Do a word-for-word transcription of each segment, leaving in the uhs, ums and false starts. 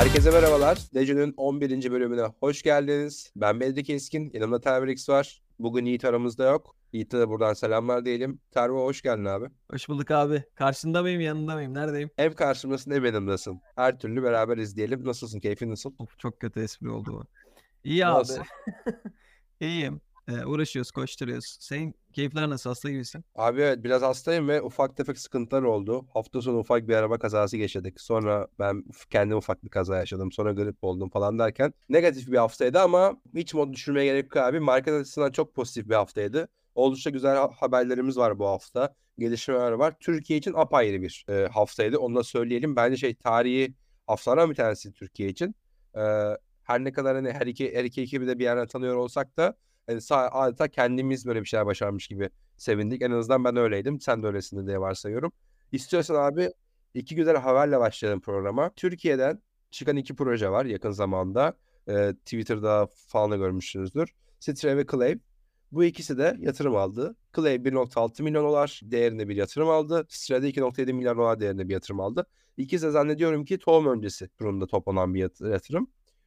Herkese merhabalar. Dejo'nun on birinci bölümüne hoş geldiniz. Ben Bedri Keskin, yanımda Terverix var. Bugün Yiğit aramızda yok. Yiğit'e de buradan selamlar diyelim. Terve hoş geldin abi. Hoş bulduk abi. Karşında mıyım, yanında mıyım? Neredeyim? Hem karşımdasın hem yanımdasın. Her türlü beraber izleyelim. Nasılsın? Keyfin nasıl? Of, çok kötü espri oldu bu. İyi abi. Nasıl? İyiyim. Ee, uğraşıyoruz, koşturuyoruz. Senin keyifler nasıl? Hasta gibisin. Abi evet biraz hastayım ve ufak tefek sıkıntılar oldu. Hafta sonu ufak bir araba kazası geçirdik. Sonra ben kendim ufak bir kaza yaşadım. Sonra grip oldum falan derken negatif bir haftaydı ama hiç mod düşürmeye gerek yok abi. Market açısından çok pozitif bir haftaydı. Oldukça güzel ha- haberlerimiz var bu hafta. Gelişmeler var. Türkiye için apayrı bir e, haftaydı. Onu da söyleyelim. Bence şey tarihi haftalardan bir tanesi Türkiye için. E, her ne kadar hani her iki her iki ekibi de bir yerden tanıyor olsak da hani sa- adeta kendimiz böyle bir şeyler başarmış gibi sevindik. En azından ben öyleydim. Sen de öylesin diye varsayıyorum. İstiyorsan abi iki güzel haberle başlayalım programa. Türkiye'den çıkan iki proje var yakın zamanda. Ee, Twitter'da falan da görmüşsünüzdür. Stray ve Clave. Bu ikisi de yatırım aldı. Clave bir nokta altı milyon dolar değerinde bir yatırım aldı. Stray'de iki nokta yedi milyar dolar değerinde bir yatırım aldı. İkisi de zannediyorum ki tohum öncesi durumda toplanan bir yat- yatırım.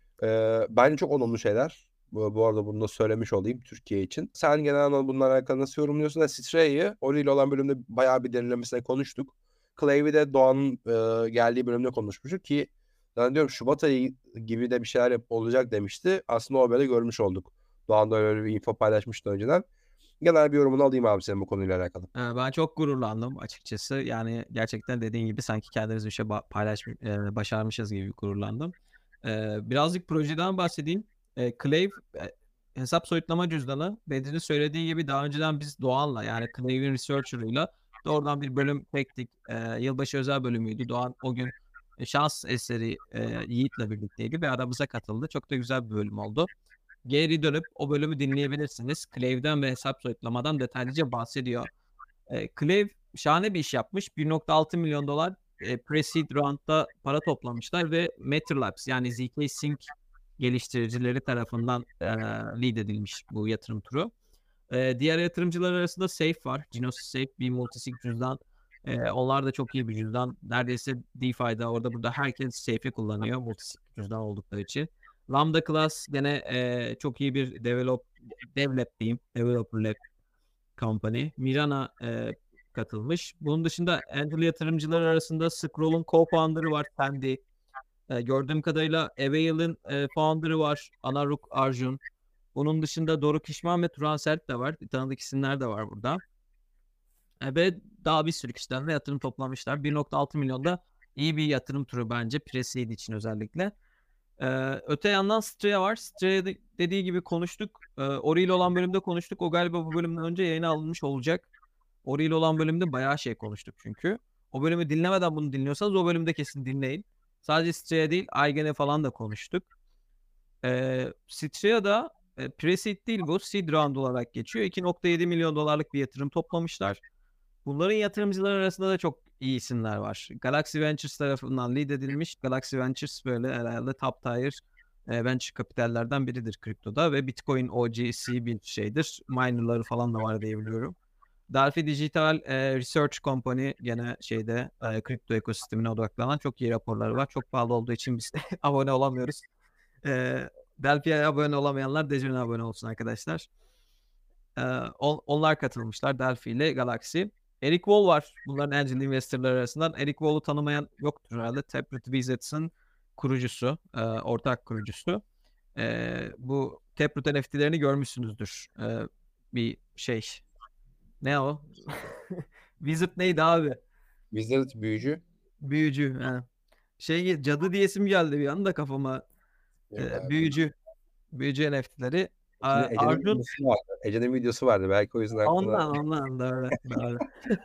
Ee, bence çok olumlu şeyler. Bu, bu arada bunu da söylemiş olayım Türkiye için. Sen genel anlamda bunlarla alakalı nasıl yorumluyorsun? Da Stray'ı Ori ile olan bölümde bayağı bir derinlemesine konuştuk. Clavey de Doğan'ın e, geldiği bölümde konuşmuştuk ki ben diyorum Şubat ayı gibi de bir şeyler yap- olacak demişti. Aslında o böyle görmüş olduk. Doğan da öyle bir info paylaşmıştı önceden. Genel bir yorumunu alayım abi senin bu konuyla alakalı. Ee, ben çok gururlandım açıkçası. Yani gerçekten dediğin gibi sanki kendimiz bir şey ba- paylaş e, başarmışız gibi gururlandım. Ee, birazcık projeden bahsedeyim. Ee, Clave e, hesap soyutlama cüzdanı. Bedri'nin söylediği gibi daha önceden biz Doğan'la, yani Clave'in researcher'ıyla doğrudan bir bölüm çektik. Ee, yılbaşı özel bölümüydü. Doğan o gün e, şans eseri e, Yiğit'le birlikteydi ve aramıza katıldı. Çok da güzel bir bölüm oldu. Geri dönüp o bölümü dinleyebilirsiniz. Clave'den ve hesap soyutlamadan detaylıca bahsediyor. E, Clave şahane bir iş yapmış. bir nokta altı milyon dolar e, pre-seed round'da para toplamışlar ve Matter Labs, yani Z K Sync geliştiricileri tarafından e, lead edilmiş bu yatırım turu. E, diğer yatırımcılar arasında Safe var. Genesis Safe bir multisig cüzdan. E, onlar da çok iyi bir cüzdan. Neredeyse DeFi'da orada burada herkes Safe'i kullanıyor multisig cüzdan oldukları için. Lambda Class gene e, çok iyi bir develop, dev diyeyim. Developer Lab Company. Mirana e, katılmış. Bunun dışında angel yatırımcılar arasında Scroll'un co-founder'ı var, Fendi. E, gördüğüm kadarıyla Avail'ın e, founder'ı var, Anaruk Arjun. Bunun dışında Doruk İşman ve Turan Sert de var. Tanıdık isimler de var burada. E, ve daha bir sürü kişiden de yatırım toplamışlar. bir nokta altı milyonda iyi bir yatırım turu bence. Pre-seed için özellikle. Ee, öte yandan Strea var. Strea de- dediği gibi konuştuk. Ee, Ori ile olan bölümde konuştuk. O galiba bu bölümden önce yayına alınmış olacak. Ori ile olan bölümde bayağı şey konuştuk çünkü. O bölümü dinlemeden bunu dinliyorsanız o bölümde kesin dinleyin. Sadece Strea değil, Aygen'e falan da konuştuk. Ee, Strea'da e, pre-seed değil, bu seed round olarak geçiyor. iki nokta yedi milyon dolarlık bir yatırım toplamışlar. Bunların yatırımcılar arasında da çok iyi isimler var. Galaxy Ventures tarafından lead edilmiş. Galaxy Ventures böyle herhalde top tier e, venture kapitallerden biridir kriptoda ve Bitcoin O G'si bir şeydir. Minerları falan da var diye biliyorum. Delphi Digital e, Research Company gene şeyde e, kripto ekosistemine odaklanan çok iyi raporları var. Çok pahalı olduğu için biz abone olamıyoruz. E, Delphi'ye abone olamayanlar Dejon'a abone olsun arkadaşlar. Ee, on- onlar katılmışlar, Delphi ile Galaxy. Eric Wall var bunların angel investorlar arasından. Eric Wall'u tanımayan yoktur herhalde. Taproot Wizards'ın kurucusu, e, ortak kurucusu. E, bu Taproot N F T'lerini görmüşsünüzdür. E, bir şey. Ne o? Wizard neydi abi? Bizler büyücü. Büyücü. Ha. Şey, cadı diyesim geldi bir anda kafama. Yok E, abi. büyücü. Büyücü N F T'leri. Şimdi A- Ece'nin Arjun. videosu vardı. Ece'nin videosu vardı. Belki o yüzden aklına. Ondan ondan doğru. Doğru.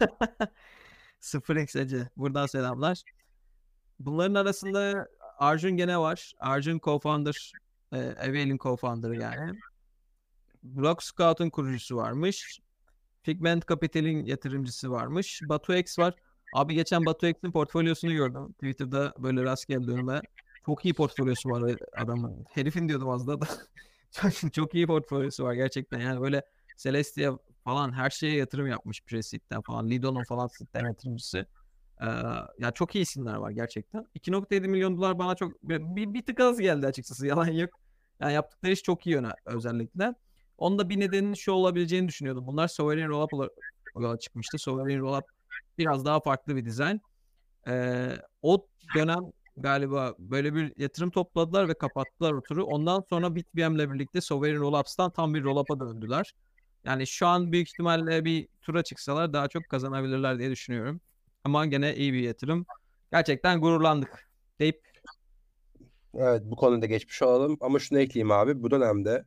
Sıfır eksece. Buradan selamlar. Bunların arasında Arjun gene var. Arjun co-founder. E, Avail'in co-founder'ı yani. Block Scout'un kurucusu varmış. Figment Capital'in yatırımcısı varmış. BatuX var. Abi geçen BatuX'in portfolyosunu gördüm. Twitter'da böyle rast geldi önüme. Çok iyi portfolyosu var adamın. Herifin diyordum az da. çok, çok iyi portfolyosu var gerçekten. Yani böyle Celestia falan her şeye yatırım yapmış. Preseed'den falan. Lido'nun falan sitten yatırımcısı. Ee, ya çok iyi isimler var gerçekten. iki nokta yedi milyon dolar bana çok bir, bir, bir tık az geldi açıkçası. Yalan yok. Yani yaptıkları iş çok iyi yöne özellikle. Onun da bir nedeninin şu olabileceğini düşünüyordum. Bunlar Sovereign Rollup olarak yola çıkmıştı. Sovereign Rollup biraz daha farklı bir dizayn. Ee, o dönem galiba böyle bir yatırım topladılar ve kapattılar o turu. Ondan sonra BitVM'le birlikte Sovereign Rollups'tan tam bir rollup'a döndüler. Yani şu an büyük ihtimalle bir tura çıksalar daha çok kazanabilirler diye düşünüyorum. Ama gene iyi bir yatırım. Gerçekten gururlandık deyip Evet, bu konuda geçmiş olalım ama şunu ekleyeyim abi, bu dönemde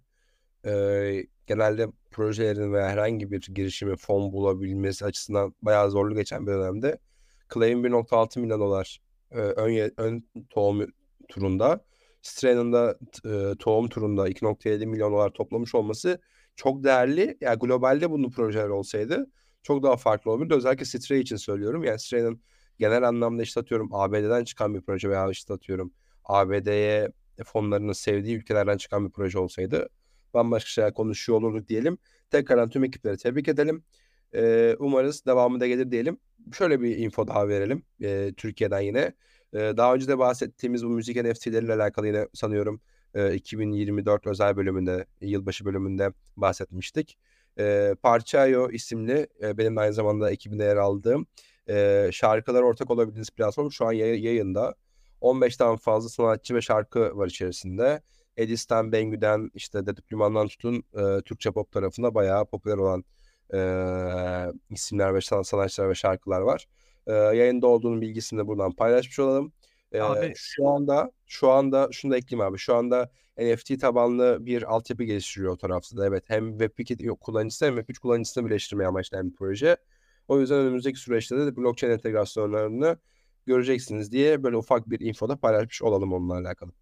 e, genelde projelerin veya herhangi bir girişimin fon bulabilmesi açısından bayağı zorlu geçen bir dönemde Clay'in bir nokta altı milyon dolar e, ön, ye- ön tohum turunda, Strain'in de e, tohum turunda iki nokta yedi milyon dolar toplamış olması çok değerli. Yani globalde bunun projeler olsaydı çok daha farklı olurdu. Özellikle Stray için söylüyorum. Yani Strain'in genel anlamda işte atıyorum A B D'den çıkan bir proje veya işte atıyorum A B D'ye fonlarının sevdiği ülkelerden çıkan bir proje olsaydı bambaşka şeyler konuşuyor olurduk diyelim. Tekrardan tüm ekipleri tebrik edelim. Ee, umarız devamı da gelir diyelim. Şöyle bir info daha verelim ee, Türkiye'den yine. Ee, daha önce de bahsettiğimiz bu müzik N F T'leriyle alakalı yine sanıyorum e, iki bin yirmi dört özel bölümünde, yılbaşı bölümünde bahsetmiştik. Ee, Parça.io isimli e, benim de aynı zamanda ekibinde yer aldığım e, şarkılara ortak olabildiğiniz platform şu an yay- yayında. on beşten fazla sanatçı ve şarkı var içerisinde. Edis'ten, Bengü'den, işte Dedip Liman'dan tutun e, Türkçe pop tarafında bayağı popüler olan e, isimler ve san- sanatçılar ve şarkılar var. E, yayında olduğunun bilgisini de buradan paylaşmış olalım. E, abi şu anda şu anda şunu da ekleyeyim abi. Şu anda N F T tabanlı bir altyapı geliştiriyor o tarafta da. Evet, hem Web iki kullanıcısı hem Web üç kullanıcısını birleştirmeye amaçlayan bir proje. O yüzden önümüzdeki süreçte de blockchain entegrasyonlarını göreceksiniz diye böyle ufak bir info da paylaşmış olalım onunla alakalı.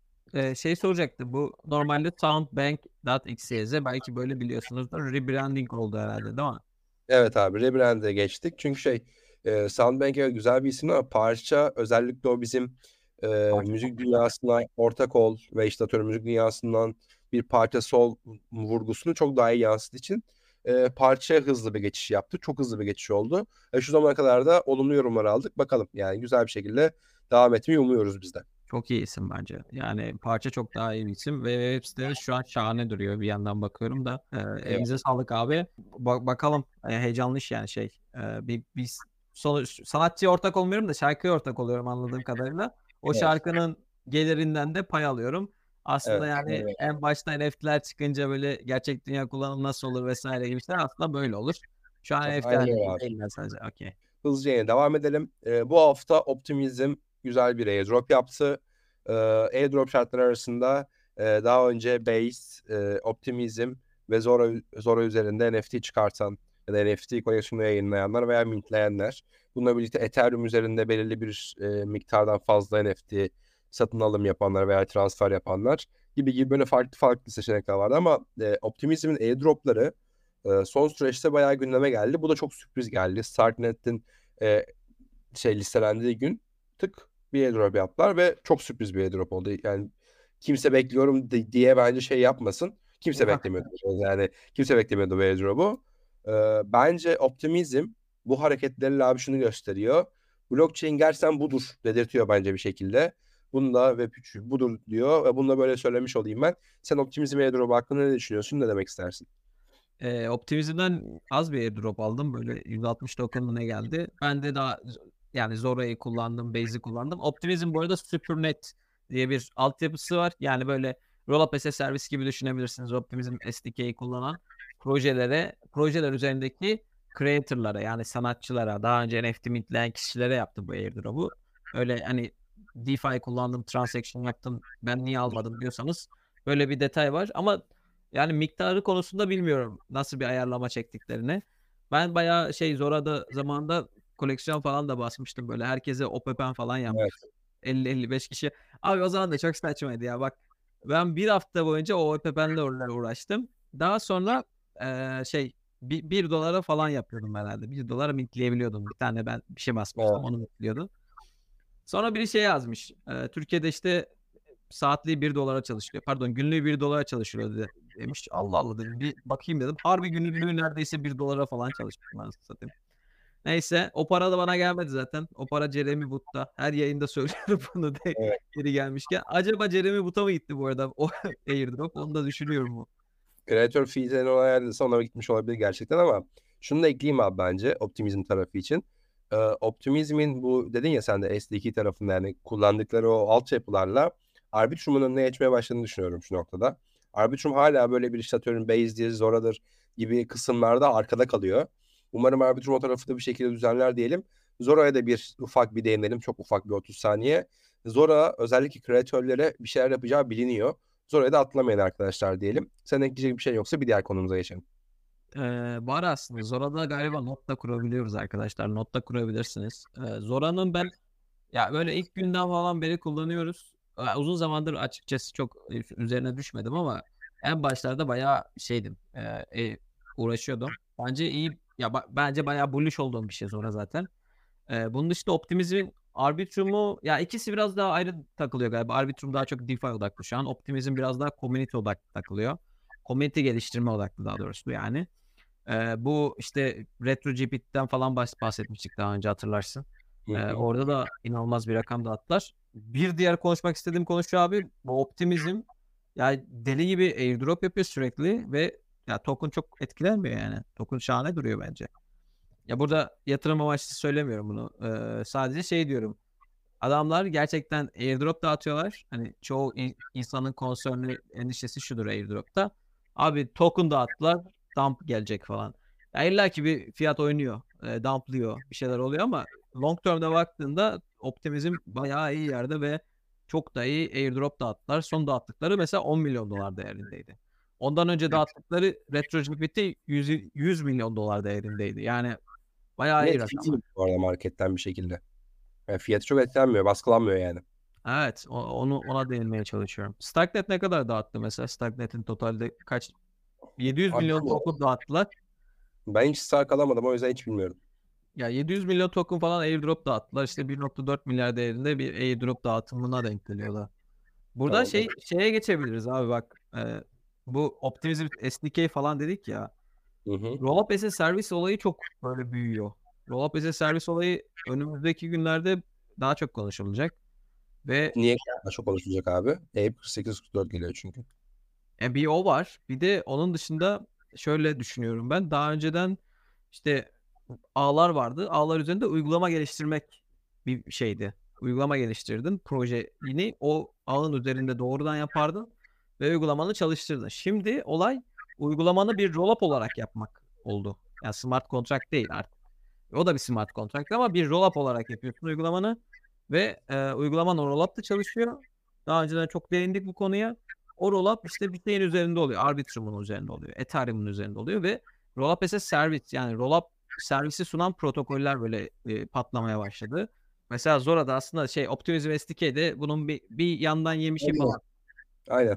e, şey soracaktım. Bu normalde soundbank.xyz belki böyle biliyorsunuzdur. Rebranding oldu herhalde değil mi? Evet abi, rebrand'e geçtik. Çünkü şey e, Soundbank evet güzel bir isim ama parça özellikle o bizim e, Parça çok müzik güzel. dünyasına ortak ol ve işte atıyorum müzik dünyasından bir parça sol vurgusunu çok daha iyi yansıttığı için e, parçaya hızlı bir geçiş yaptı. Çok hızlı bir geçiş oldu. E, şu zamana kadar da olumlu yorumlar aldık. Bakalım yani güzel bir şekilde devam etmeyi umuyoruz biz de. Çok iyi isim bence. Yani parça çok daha iyi bir isim ve web sitesi şu an şahane duruyor. Bir yandan bakıyorum da. Ee, elinize Eyvallah. sağlık abi. Ba- bakalım. Ee, heyecanlı iş yani şey. Ee, bir, bir sonuç, sanatçıya ortak olmuyorum da şarkıya ortak oluyorum anladığım kadarıyla. O Evet. şarkının gelirinden de pay alıyorum. Aslında Evet. yani Evet. en başta N F T'ler çıkınca böyle gerçek dünya kullanımı nasıl olur vesaire gibi şeyler aslında böyle olur. Şu an N F T Aynen öyle halinde abi. değiller sadece. Okey. Hızlıca yine devam edelim. Ee, bu hafta Optimism güzel bir airdrop yaptı. Ee, airdrop şartları arasında e, daha önce Base, e, Optimism ve Zora, Zora üzerinde N F T çıkartan ya da N F T koleksiyonu yayınlayanlar veya mintleyenler. Bununla birlikte Ethereum üzerinde belirli bir e, miktardan fazla N F T satın alım yapanlar veya transfer yapanlar gibi gibi böyle farklı farklı seçenekler vardı ama e, Optimism'in airdropları e, son süreçte bayağı gündeme geldi. Bu da çok sürpriz geldi. Starknet'in e, şey listelendiği gün tık bir airdrop yaptılar ve çok sürpriz bir airdrop oldu. Yani kimse bekliyorum di- diye bence şey yapmasın. Kimse beklemiyordu. Yani kimse beklemiyordu bu airdrop'u. E, bence Optimism bu hareketleriyle abi şunu gösteriyor. Blockchain gerçekten budur dedirtiyor bence bir şekilde. Bunda Web üç budur diyor ve bunu da böyle söylemiş olayım ben. Sen Optimism airdrop hakkında ne düşünüyorsun? Ne demek istersin? E, Optimism'den az bir airdrop aldım. Böyle yüz altmış token'la ne geldi. Ben de daha yani Zora'yı kullandım, Base'i kullandım. Optimism bu arada SuperNet diye bir altyapısı var. Yani böyle Rollup as a Service gibi düşünebilirsiniz. Optimism S D K'yi kullanan projelere, projeler üzerindeki creator'lara yani sanatçılara, daha önce N F T mintleyen kişilere yaptım bu airdrop'u. Öyle hani DeFi kullandım, transaction yaptım, ben niye almadım diyorsanız böyle bir detay var. Ama yani miktarı konusunda bilmiyorum nasıl bir ayarlama çektiklerini. Ben bayağı şey Zora'da zamanında koleksiyon falan da basmıştım böyle. Herkese OPEP'en falan Evet. yapmıştım. elli elli beş kişi. Abi o zaman da çok saçmaydı ya bak. Ben bir hafta boyunca o OPEP'enle uğraştım. Daha sonra eee, şey bir, bir dolara falan yapıyordum herhalde. Bir dolara mintleyebiliyordum. Bir tane ben bir şey Evet. basmıştım onu mintliyordum. Sonra bir şey yazmış. Eee, Türkiye'de işte saatliği bir dolara çalışıyor. Pardon günlüğü bir dolara çalışıyor de- demiş. Allah Allah dedim bir bakayım dedim. Harbi günlüğü neredeyse bir dolara falan çalışmış. Ben satayım. Neyse o para da bana gelmedi zaten. O para Jeremy Wood'da. Her yayında söylüyorum bunu de Evet. yeri gelmişken. Acaba Jeremy Wood'a mı gitti bu arada o airdrop? Onu da düşünüyorum o. Creator fee'lerini ona ayarladıysa ona gitmiş olabilir gerçekten ama şunu da ekleyeyim abi bence optimizm tarafı için. Ee, Optimizm'in bu dedin ya sen de S D K tarafında yani kullandıkları o altyapılarla Arbitrum'un önüne geçmeye başladığını düşünüyorum şu noktada. Arbitrum hala böyle bir işte atıyorum Baze'dir, Zora'dır gibi kısımlarda arkada kalıyor. Umarım Arbitrum o tarafı da bir şekilde düzenler diyelim. Zora'ya da bir ufak bir değinelim. Çok ufak bir otuz saniye. Zora özellikle kreatörlere bir şeyler yapacağı biliniyor. Zora'ya da atlamayın arkadaşlar diyelim. Sen ekleyecek bir şey yoksa bir diğer konumuza geçelim. Ee, var aslında. Zora'da galiba not da kurabiliyoruz arkadaşlar. Not da kurabilirsiniz. Ee, Zora'nın ben ya böyle ilk günden falan beri kullanıyoruz. Ee, Uzun zamandır açıkçası çok üzerine düşmedim ama en başlarda bayağı şeydim. E, e, uğraşıyordum. Bence iyi ya ba- bence bayağı bullish olduğum bir şey Zora zaten. Ee, bunun dışında Optimizm'in Arbitrum'u ya ikisi biraz daha ayrı takılıyor galiba. Arbitrum daha çok DeFi odaklı şu an. Optimizm biraz daha community odaklı takılıyor. Community geliştirme odaklı daha doğrusu yani. Ee, bu işte RetroGPT'den falan bahs- bahsetmiştik daha önce hatırlarsın. Hı Ee, hı. orada da inanılmaz bir rakam dağıttılar. Bir diğer konuşmak istediğim konu şu abi. Bu Optimizm yani deli gibi airdrop yapıyor sürekli ve ya token çok etkilenmiyor yani. Token şahane duruyor bence. Ya burada yatırım amaçlı söylemiyorum bunu. Ee, sadece şey diyorum. Adamlar gerçekten airdrop dağıtıyorlar. Hani çoğu in- insanın concern'ü, endişesi şudur airdrop'ta. Abi token dağıttılar, dump gelecek falan. Ya illa ki bir fiyat oynuyor, e, dumplıyor, bir şeyler oluyor ama long term'de baktığında optimizm bayağı iyi yerde ve çok da iyi airdrop dağıttılar. Son dağıttıkları mesela on milyon dolar değerindeydi. Ondan önce dağıttıkları RetroGPT yüz, yüz milyon dolar değerindeydi. Yani bayağı Yine iyi etkili rakamlar. bu arada marketten bir şekilde. Yani fiyatı çok etkilenmiyor, baskılanmıyor yani. Evet, o- onu ona değinmeye çalışıyorum. Starknet ne kadar dağıttı mesela? Starknet'in totalde kaç? yedi yüz Abi milyon bilmiyorum. token dağıttılar. Ben hiç sağ kalamadım o yüzden hiç bilmiyorum. Ya yedi yüz milyon token falan airdrop dağıttılar. İşte bir nokta dört milyar değerinde bir airdrop dağıtımına denk geliyorlar. Burada Tamam. şey şeye geçebiliriz abi bak. E, bu Optimism S D K falan dedik ya. Hı hı. Rollup as a Service olayı çok böyle büyüyor. Rollup as a Service olayı önümüzdeki günlerde daha çok konuşulacak. Ve Niye daha çok konuşulacak abi? E kırk sekiz kırk dört geliyor çünkü. E, bir o var. Bir de onun dışında şöyle düşünüyorum ben. Daha önceden işte ağlar vardı. Ağlar üzerinde uygulama geliştirmek bir şeydi. Uygulama geliştirdin. Projeni o ağın üzerinde doğrudan yapardın ve uygulamanı çalıştırdın. Şimdi olay uygulamanı bir rollup olarak yapmak oldu. Yani smart contract değil artık. O da bir smart contract ama bir rollup olarak yapıyorsun uygulamanı ve e, uygulaman o rollup'ta çalışıyor. Daha önceden çok değindik bu konuya. O rollup işte bir şeyin üzerinde oluyor. Arbitrum'un üzerinde oluyor. Ethereum'un üzerinde oluyor ve rollup as a service yani rollup servisi sunan protokoller böyle e, patlamaya başladı. Mesela Zora'da aslında şey Optimism S D K'de bunun bir, bir yandan yemişi Aynen. falan. Aynen.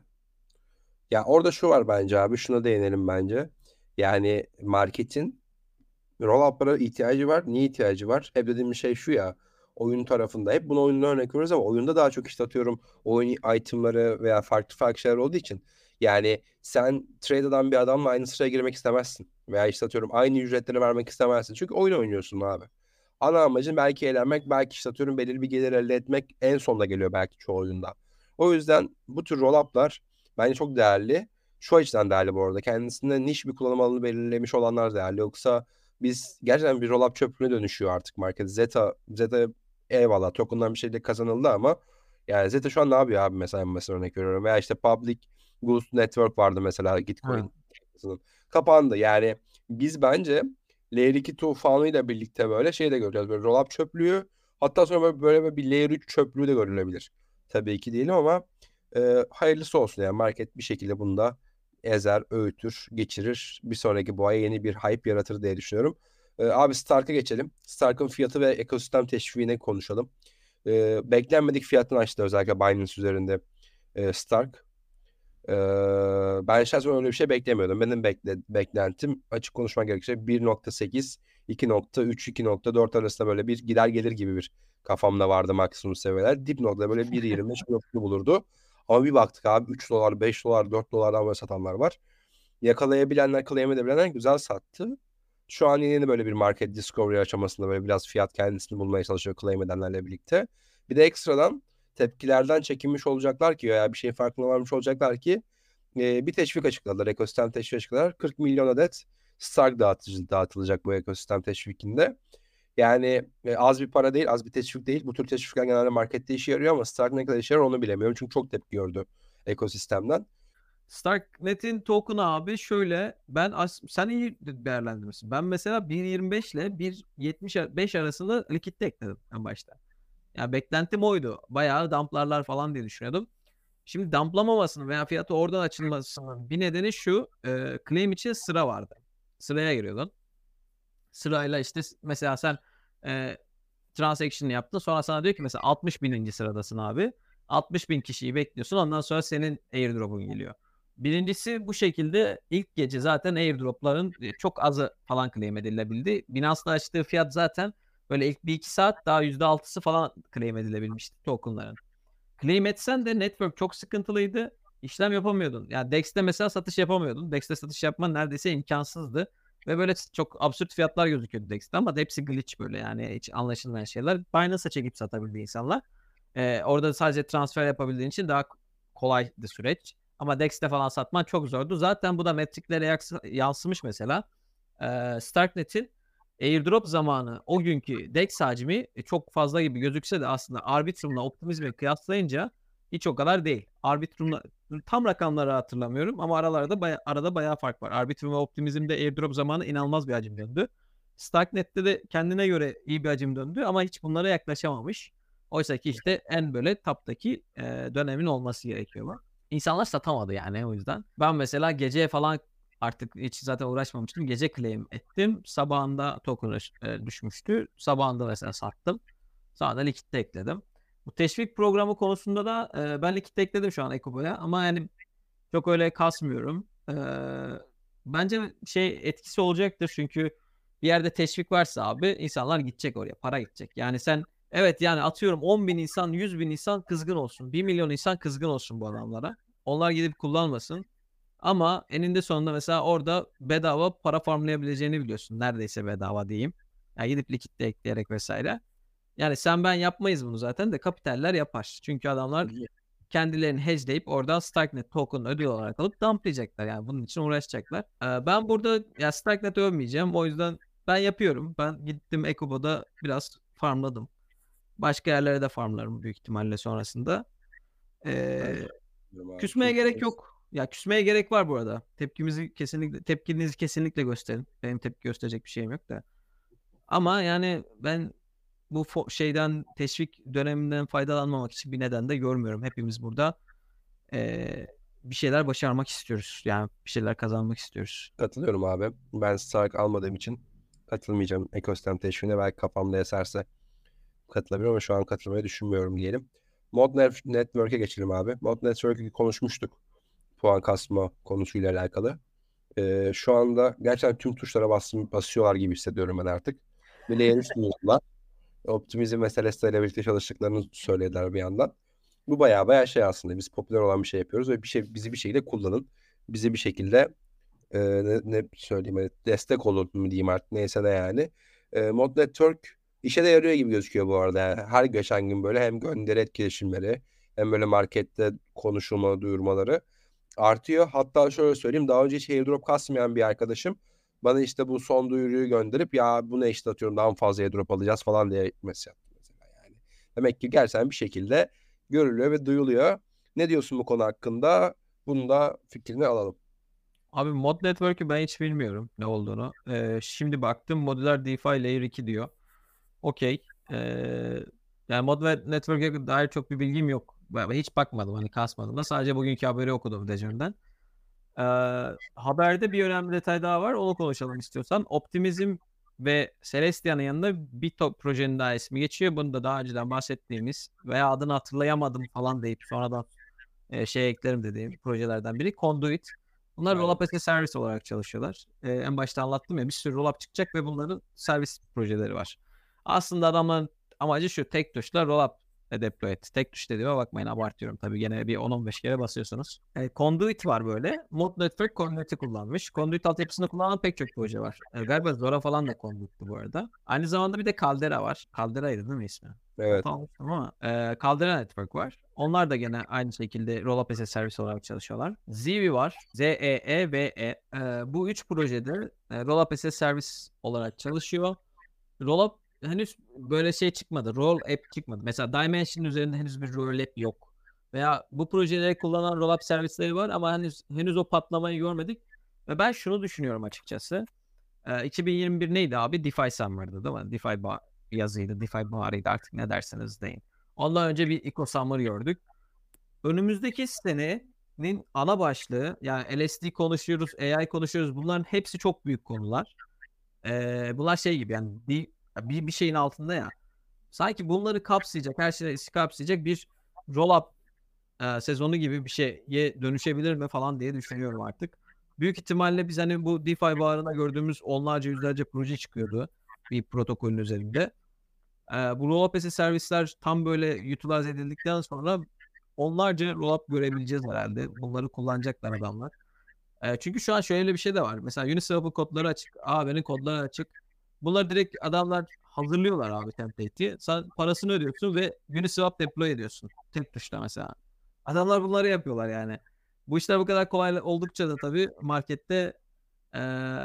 Ya orada şu var bence abi. Şuna değinelim bence. Yani marketin roll-up'lara ihtiyacı var. Niye ihtiyacı var? Hep dediğim şey şu ya. Oyun tarafında. Hep bunu oyundan örnek veriyoruz ama oyunda daha çok işte atıyorum oyun itemları veya farklı farklı şeyler olduğu için. Yani sen trade eden bir adamla aynı sıraya girmek istemezsin. Veya işte atıyorum aynı ücretleri vermek istemezsin. Çünkü oyun oynuyorsun abi. Ana amacın belki eğlenmek, belki işte atıyorum belirli bir gelir elde etmek en sonda geliyor belki çoğu oyunda. O yüzden bu tür roll-up'lar bence çok değerli. Şu açıdan değerli bu arada. Kendisinde niş bir kullanım alanı belirlemiş olanlar değerli. Yoksa biz gerçekten bir roll-up çöplüğüne dönüşüyor artık market. Zeta, Zeta eyvallah token'dan bir şeyle kazanıldı ama yani Zeta şu an ne yapıyor abi mesela mesela örnek veriyorum. Veya işte Public Ghost Network vardı mesela Ha. Gitcoin. Kapandı. Yani biz bence Layer iki tufanıyla birlikte böyle şey de göreceğiz. Böyle roll-up çöplüğü hatta sonra böyle, böyle bir Layer üç çöplüğü de görülebilir. Tabii ki değilim ama e, hayırlısı olsun yani market bir şekilde bunda ezer, öğütür, geçirir. Bir sonraki boğaya yeni bir hype yaratır diye düşünüyorum. Ee, abi Stark'a geçelim. Stark'ın fiyatı ve ekosistem teşviğine konuşalım. Ee, beklenmedik fiyatını açtı özellikle Binance üzerinde e, Stark. Ee, ben şahsen öyle bir şey beklemiyordum. Benim bekle, beklentim açık konuşmak gerekirse bir nokta sekiz, iki nokta üç, iki nokta dört arasında böyle bir gider gelir gibi bir kafamda vardı maksimum seviyeler. Dip noktada böyle bir yirmi beş bulurdu. Ama bir baktık abi üç dolar, beş dolar, dört dolardan böyle satanlar var. Yakalayabilenler, yakalayamayabilirler güzel sattı. Şu an yeni yeni böyle bir market discovery aşamasında böyle biraz fiyat kendisini bulmaya çalışıyor claim edenlerle birlikte. Bir de ekstradan tepkilerden çekinmiş olacaklar ki veya bir şey farkına varmış olacaklar ki e, bir teşvik açıkladılar. Ekosistem teşvik açıkladılar. kırk milyon adet Stark dağıtıcı, dağıtılacak bu ekosistem teşvikinde. Yani e, az bir para değil, az bir teşvik değil. Bu tür teşvikler genelde markette işe yarıyor ama Stark ne kadar işe yarar onu bilemiyorum. Çünkü çok tepki gördü ekosistemden. Starknet'in token'ı abi şöyle, ben as- sen iyi değerlendirmişsin. Ben mesela bir nokta yirmi beş ile bir nokta yetmiş beş arasında likitte ekledim en başta. Yani beklentim oydu. Bayağı dumplarlar falan diye düşünüyordum. Şimdi dumplamamasının veya fiyatı oradan açılmasının bir nedeni şu. E, claim için sıra vardı. Sıraya giriyordun. Sırayla işte mesela sen e, transaction yaptın. Sonra sana diyor ki mesela altmış bininci sıradasın abi. altmış bin kişiyi bekliyorsun. Ondan sonra senin airdrop'un geliyor. Birincisi bu şekilde ilk gece zaten airdrop'ların çok azı falan claim edilebildi. Binance'da açtığı fiyat zaten böyle ilk bir iki saat daha yüzde altısı falan claim edilebilmişti tokenların. Claim etsen de network çok sıkıntılıydı. İşlem yapamıyordun. Yani Dex'te mesela satış yapamıyordun. Dex'te satış yapman neredeyse imkansızdı. Ve böyle çok absürt fiyatlar gözüküyordu Dex'te ama hepsi glitch böyle yani hiç anlaşılmayan şeyler. Binance'a çekip satabildi insanlar. Ee, orada sadece transfer yapabildiğin için daha kolaydı süreç. Ama Dex'te falan satman çok zordu. Zaten bu da metriklere yansımış mesela. Ee, Starknet'in airdrop zamanı o günkü Dex hacmi çok fazla gibi gözükse de aslında Arbitrum'la Optimizm'e kıyaslayınca hiç o kadar değil. Arbitrum'la tam rakamları hatırlamıyorum ama aralarda baya, arada bayağı fark var. Arbitrum ve Optimizm'de airdrop zamanı inanılmaz bir hacim döndü. Starknet'te de kendine göre iyi bir hacim döndü ama hiç bunlara yaklaşamamış. Oysa ki işte en böyle taptaki e, dönemin olması gerekiyor. İnsanlar satamadı yani o yüzden. Ben mesela geceye falan artık hiç zaten uğraşmamıştım. Gece claim ettim. Sabahında token e, düşmüştü. Sabahında mesela sattım. Sonra da likitte ekledim. Bu teşvik programı konusunda da e, ben likitte ekledim şu an Ekobo'ya ama yani çok öyle kasmıyorum. E, bence şey etkisi olacaktır çünkü bir yerde teşvik varsa abi insanlar gidecek oraya. Para gidecek. Yani sen evet yani atıyorum on bin insan, yüz bin insan kızgın olsun. bir milyon insan kızgın olsun bu adamlara. Onlar gidip kullanmasın. Ama eninde sonunda mesela orada bedava para farmlayabileceğini biliyorsun. Neredeyse bedava diyeyim. Yani gidip likitte ekleyerek vesaire. Yani sen ben yapmayız bunu zaten de kapitaller yapar. Çünkü adamlar kendilerini hedgeleyip oradan Starknet token ödül olarak alıp dumplayacaklar. Yani bunun için uğraşacaklar. Ee, ben burada ya Starknet övmeyeceğim. O yüzden ben yapıyorum. Ben gittim Ekobo'da biraz farmladım. Başka yerlere de farmlarım büyük ihtimalle sonrasında. Ben Ee, abi. Küsmeye Çünkü gerek yok. Ya küsmeye gerek var bu arada. Tepkimizi kesinlikle tepkinizi kesinlikle gösterin. Benim tepki gösterecek bir şeyim yok da. Ama yani ben bu fo- şeyden teşvik döneminden faydalanmamak için bir neden de görmüyorum. Hepimiz burada eee, bir şeyler başarmak istiyoruz. Yani bir şeyler kazanmak istiyoruz. katılıyorum abi. Ben Stark almadığım için katılmayacağım ekosistem teşviğine. Belki kafamda eserse katılabilirim ama şu an katılmayı düşünmüyorum diyelim. Mod Network'e geçelim abi. Mod Network'ü konuşmuştuk. Puan kasma konusuyla alakalı. Ee, şu anda gerçekten tüm tuşlara bas basıyorlar gibi hissediyorum ben artık. Bir layer üç duyurdular. Optimizm meselesiyle birlikte çalıştıklarını söylediler bir yandan. Bu bayağı bayağı şey aslında. Biz popüler olan bir şey yapıyoruz ve bir şey bizi bir şekilde kullanın. Bizi bir şekilde e, ne, ne söyleyeyim hani destek olun mu diyeyim artık neyse de yani. E, Mod Network işe de yarıyor gibi gözüküyor bu arada. Yani her geçen gün böyle hem gönderi etkileşimleri hem böyle markette konuşulma, duyurmaları artıyor. Hatta şöyle söyleyeyim daha önce hiç airdrop kasmayan bir arkadaşım bana işte bu son duyuruyu gönderip ya bu ne işte atıyorum daha mı fazla airdrop alacağız falan diye mesaj attı mesela yani. Demek ki gerçekten bir şekilde görülüyor ve duyuluyor. Ne diyorsun bu konu hakkında? Bunu da fikrini alalım. Abi Mod Network'ü ben hiç bilmiyorum ne olduğunu. Eee, şimdi baktım Modular DeFi Layer iki diyor. Okey. Eee, yani Mod Network'e dair çok bir bilgim yok. Ben hiç bakmadım hani kasmadım da sadece bugünkü haberi okudum Dejör'den. Ee, haberde bir önemli detay daha var. Onu konuşalım istiyorsan. Optimizm ve Celestia'nın yanında bir top projenin daha ismi geçiyor. Bunu da daha önceden bahsettiğimiz veya adını hatırlayamadım falan deyip sonradan e, şey eklerim dediğim projelerden biri Conduit. Bunlar Aynen. Rollup as a Service olarak çalışıyorlar. E, en başta anlattım ya bir sürü rollup çıkacak ve bunların servis projeleri var. Aslında adamların amacı şu tek tuşla rollup e, deploy et. Tek tuş dediğime bakmayın, abartıyorum tabii. Gene bir on on beş kere basıyorsunuz. E, Conduit var böyle. Mod Network Conduit'i kullanmış. Conduit altyapısını kullanan pek çok proje var. E, galiba Zora falan da Conduit'ti bu arada. Aynı zamanda bir de Caldera var. Caldera'ydı değil mi ismi? Evet. Tamam ama e, Caldera Network var. Onlar da gene aynı şekilde Rollup as a Service olarak çalışıyorlar. Zeevi var. Z E E V E. E, bu üç projede e, Rollup as a Service olarak çalışıyor. Rollup henüz böyle şey çıkmadı. Roll app çıkmadı. Mesela Dimension üzerinde henüz bir roll app yok. Veya bu projeleri kullanan rollup servisleri var ama henüz henüz o patlamayı görmedik. Ve ben şunu düşünüyorum açıkçası. E, iki bin yirmi bir neydi abi? DeFi Summer'dı değil mi? DeFi ba- yazıydı, DeFi baharıydı, artık ne derseniz deyin. Ondan önce bir Eco Summer gördük. Önümüzdeki senenin ana başlığı, yani L S D konuşuyoruz, A I konuşuyoruz. Bunların hepsi çok büyük konular. Ee, bunlar şey gibi, yani bir, bir bir şeyin altında ya. Sanki bunları kapsayacak, her şeyi kapsayacak bir roll-up e, sezonu gibi bir şeye dönüşebilir mi falan diye düşünüyorum artık. Büyük ihtimalle biz hani bu DeFi bağrına gördüğümüz onlarca yüzlerce proje çıkıyordu bir protokolün üzerinde. Ee, bu roll-up as a servisler tam böyle utilize edildikten sonra onlarca roll-up görebileceğiz herhalde. Bunları kullanacaklar adamlar. E, çünkü şu an şöyle bir şey de var. Mesela Uniswap'ın kodları açık. A B'nin kodları açık. Bunları direkt adamlar hazırlıyorlar abi template'i. Sen parasını ödüyorsun ve Uniswap deploy ediyorsun. Tek tuşla mesela. Adamlar bunları yapıyorlar yani. Bu işler bu kadar kolay oldukça da tabii markette e,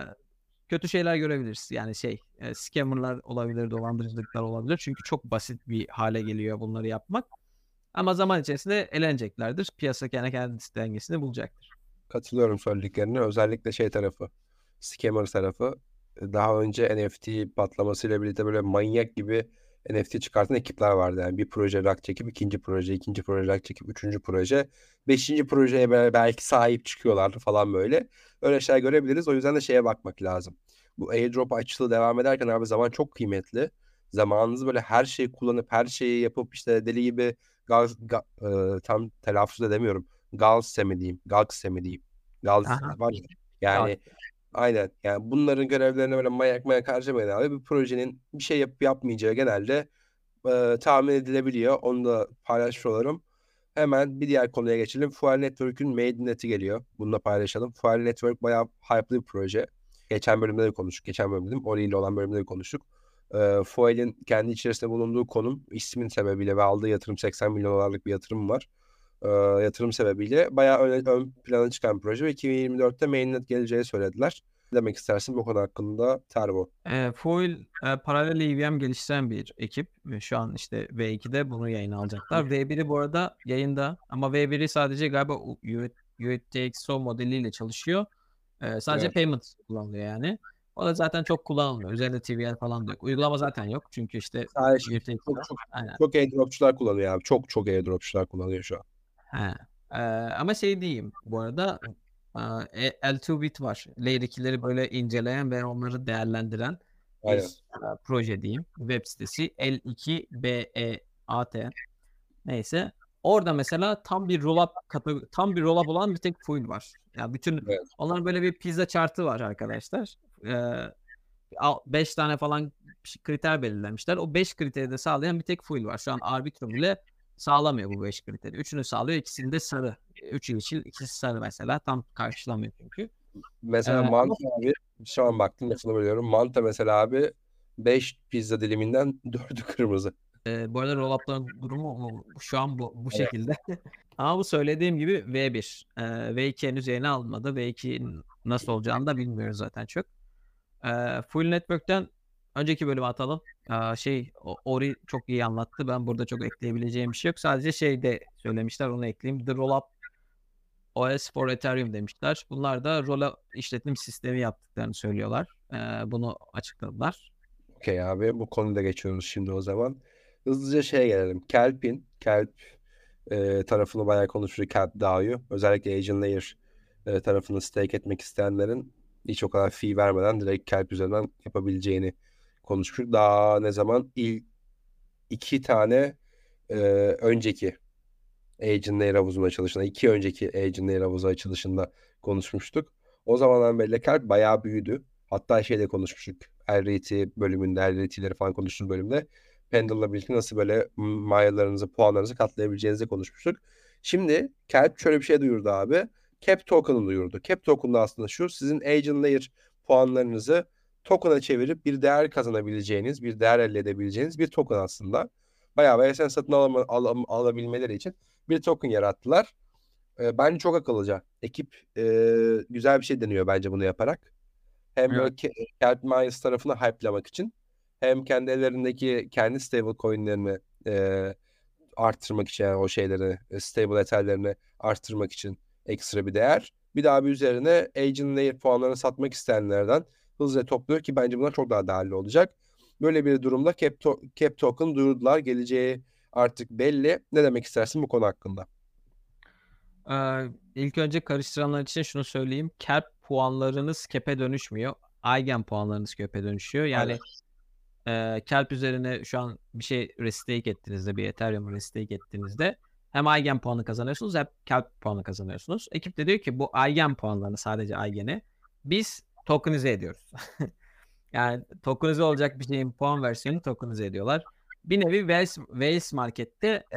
kötü şeyler görebiliriz. Yani şey, e, scammer'lar olabilir, dolandırıcılıklar olabilir. Çünkü çok basit bir hale geliyor bunları yapmak. Ama zaman içerisinde eleneceklerdir. Piyasa kendi kendi dengesini bulacaktır. Katılıyorum söylediklerine. Özellikle şey tarafı, scammer tarafı. Daha önce N F T patlamasıyla birlikte böyle manyak gibi N F T çıkartan ekipler vardı. Yani bir proje rak çekip ikinci proje, ikinci proje rak çekip üçüncü proje, beşinci projeye bel- belki sahip çıkıyorlardı falan böyle. Öyle şeyler görebiliriz. O yüzden de şeye bakmak lazım. Bu airdrop açılığı devam ederken abi zaman çok kıymetli. Zamanınızı böyle her şeyi kullanıp her şeyi yapıp işte deli gibi gaz, ga- e, tam telaffuz edemiyorum. Galse mi diyeyim? Galse mi diyeyim? Gals Aha. var ya. Ya, Yani aynen. Yani bunların görevlerine böyle manyak manyak harcamayın abi. Bir projenin bir şey yapıp yapmayacağı genelde e, tahmin edilebiliyor. Onu da paylaşmış olalım. Hemen bir diğer konuya geçelim. Fuel Network'ün Maidenet'i geliyor. Bunu da paylaşalım. Fuel Network bayağı hype'lı bir proje. Geçen bölümde de konuştuk. Geçen bölümde dedim. Ori ile olan bölümde de konuştuk. E, Fuel'in kendi içerisinde bulunduğu konum, ismin sebebiyle ve aldığı yatırım seksen milyon dolarlık bir yatırım var. E, yatırım sebebiyle bayağı ön, ön plana çıkan bir proje ve iki bin yirmi dörtte mainnet geleceği söylediler. Ne demek istersin bu konu hakkında Terbo? E, Foil e, paralel E V M geliştiren bir ekip. Ve şu an işte V ikide bunu yayına alacaklar. V biri bu arada yayında ama V biri sadece galiba U- U T X O modeliyle çalışıyor. E, sadece Evet. payment kullanılıyor yani. O da zaten çok kullanılmıyor. Üzerinde T V L falan da yok. Uygulama zaten yok. Çünkü işte Sadece çok U T X O. çok Aynen. çok airdropçular kullanıyor abi. Çok çok airdropçular kullanıyor şu an. He. Ee, ama şey diyeyim bu arada, e, L iki bit var. Layer ikileri böyle inceleyen ve onları değerlendiren Aynen. bir e, proje diyeyim. Web sitesi L iki B E A T. Neyse. Orada mesela tam bir roll-up katı- tam bir roll-up olan bir tek full var. Yani bütün Evet. onların böyle bir pizza chartı var arkadaşlar. Ee, beş tane falan kriter belirlemişler. O beş kriteri de sağlayan bir tek full var. Şu an Arbitrum bile sağlamıyor bu beş kriteri. Üçünü sağlıyor. İkisinde sarı. Üç yeşil, ikisi sarı mesela. Tam karşılamıyor çünkü. Ee, Mesela ama Manta abi şu an baktım lafını bölüyorum. Manta mesela abi beş pizza diliminden dördü kırmızı. e, bu arada roll-up'ların durumu şu an bu, bu Evet. şekilde. Ama bu söylediğim gibi V bir. Ee, V iki henüz yayına alınmadı. V iki nasıl olacağını da bilmiyoruz zaten çok. Ee, Full Network'ten önceki bölümü atalım. Ee, şey o- Ori çok iyi anlattı. Ben burada çok ekleyebileceğim bir şey yok. Sadece şey de söylemişler, onu ekleyeyim. The Rollup O S for Ethereum demişler. Bunlar da Rollup işletim sistemi yaptıklarını söylüyorlar. Ee, bunu açıkladılar. Okey abi bu konuda geçiyoruz şimdi o zaman. Hızlıca şeye gelelim. Kelp'in, Kelp e, tarafını bayağı konuşuyor. Kelp DAO'yu. Özellikle Agent Layer e, tarafını stake etmek isteyenlerin hiç o kadar fee vermeden direkt Kelp üzerinden yapabileceğini konuşmuştuk. Daha ne zaman? İlk iki tane e, önceki Agent Layer havuzun açılışında, iki önceki Agent Layer havuzu açılışında konuşmuştuk. O zamandan beri Kelp bayağı büyüdü. Hatta şeyde konuşmuştuk. R R T bölümünde, R R T'leri falan konuştuğumuz bölümde. Pendle'la birlikte nasıl böyle mayalarınızı, puanlarınızı katlayabileceğinizi konuşmuştuk. Şimdi Kelp şöyle bir şey duyurdu abi. Cap token'ı duyurdu. Cap token'da aslında şu, sizin agent layer puanlarınızı token'a çevirip bir değer kazanabileceğiniz, bir değer elde edebileceğiniz bir token aslında. Bayağı bayağı sen satın alama, al, alabilmeleri için bir token yarattılar. E, bence çok akıllıca. Ekip e, güzel bir şey deniyor bence bunu yaparak. Hem Evet. böyle Kelp Mayas tarafını hype'lamak için hem kendi ellerindeki kendi stable coin'lerini e, arttırmak için, yani o şeyleri, e, stable etherlerini arttırmak için ekstra bir değer. Bir daha bir üzerine agent layer puanlarını satmak isteyenlerden hızlıca topluyor ki bence bunlar çok daha değerli olacak. Böyle bir durumda Cap, to- Cap Token duyurdular. Geleceği artık belli. Ne demek istersin bu konu hakkında? Ee, ilk önce karıştıranlar için şunu söyleyeyim. Kelp puanlarınız cap'e dönüşmüyor. Eigen puanlarınız cap'e dönüşüyor. Aynen. Yani e, Kelp üzerine şu an bir şey restake ettiğinizde, bir Ethereum restake ettiğinizde hem Eigen puanı kazanıyorsunuz hem Kelp puanı kazanıyorsunuz. Ekip de diyor ki bu Eigen puanlarını, sadece Eigen'i biz tokenize ediyoruz. Yani tokenize olacak bir şeyin puan versiyonu tokenize ediyorlar. Bir nevi Whales, Whales Market'te e,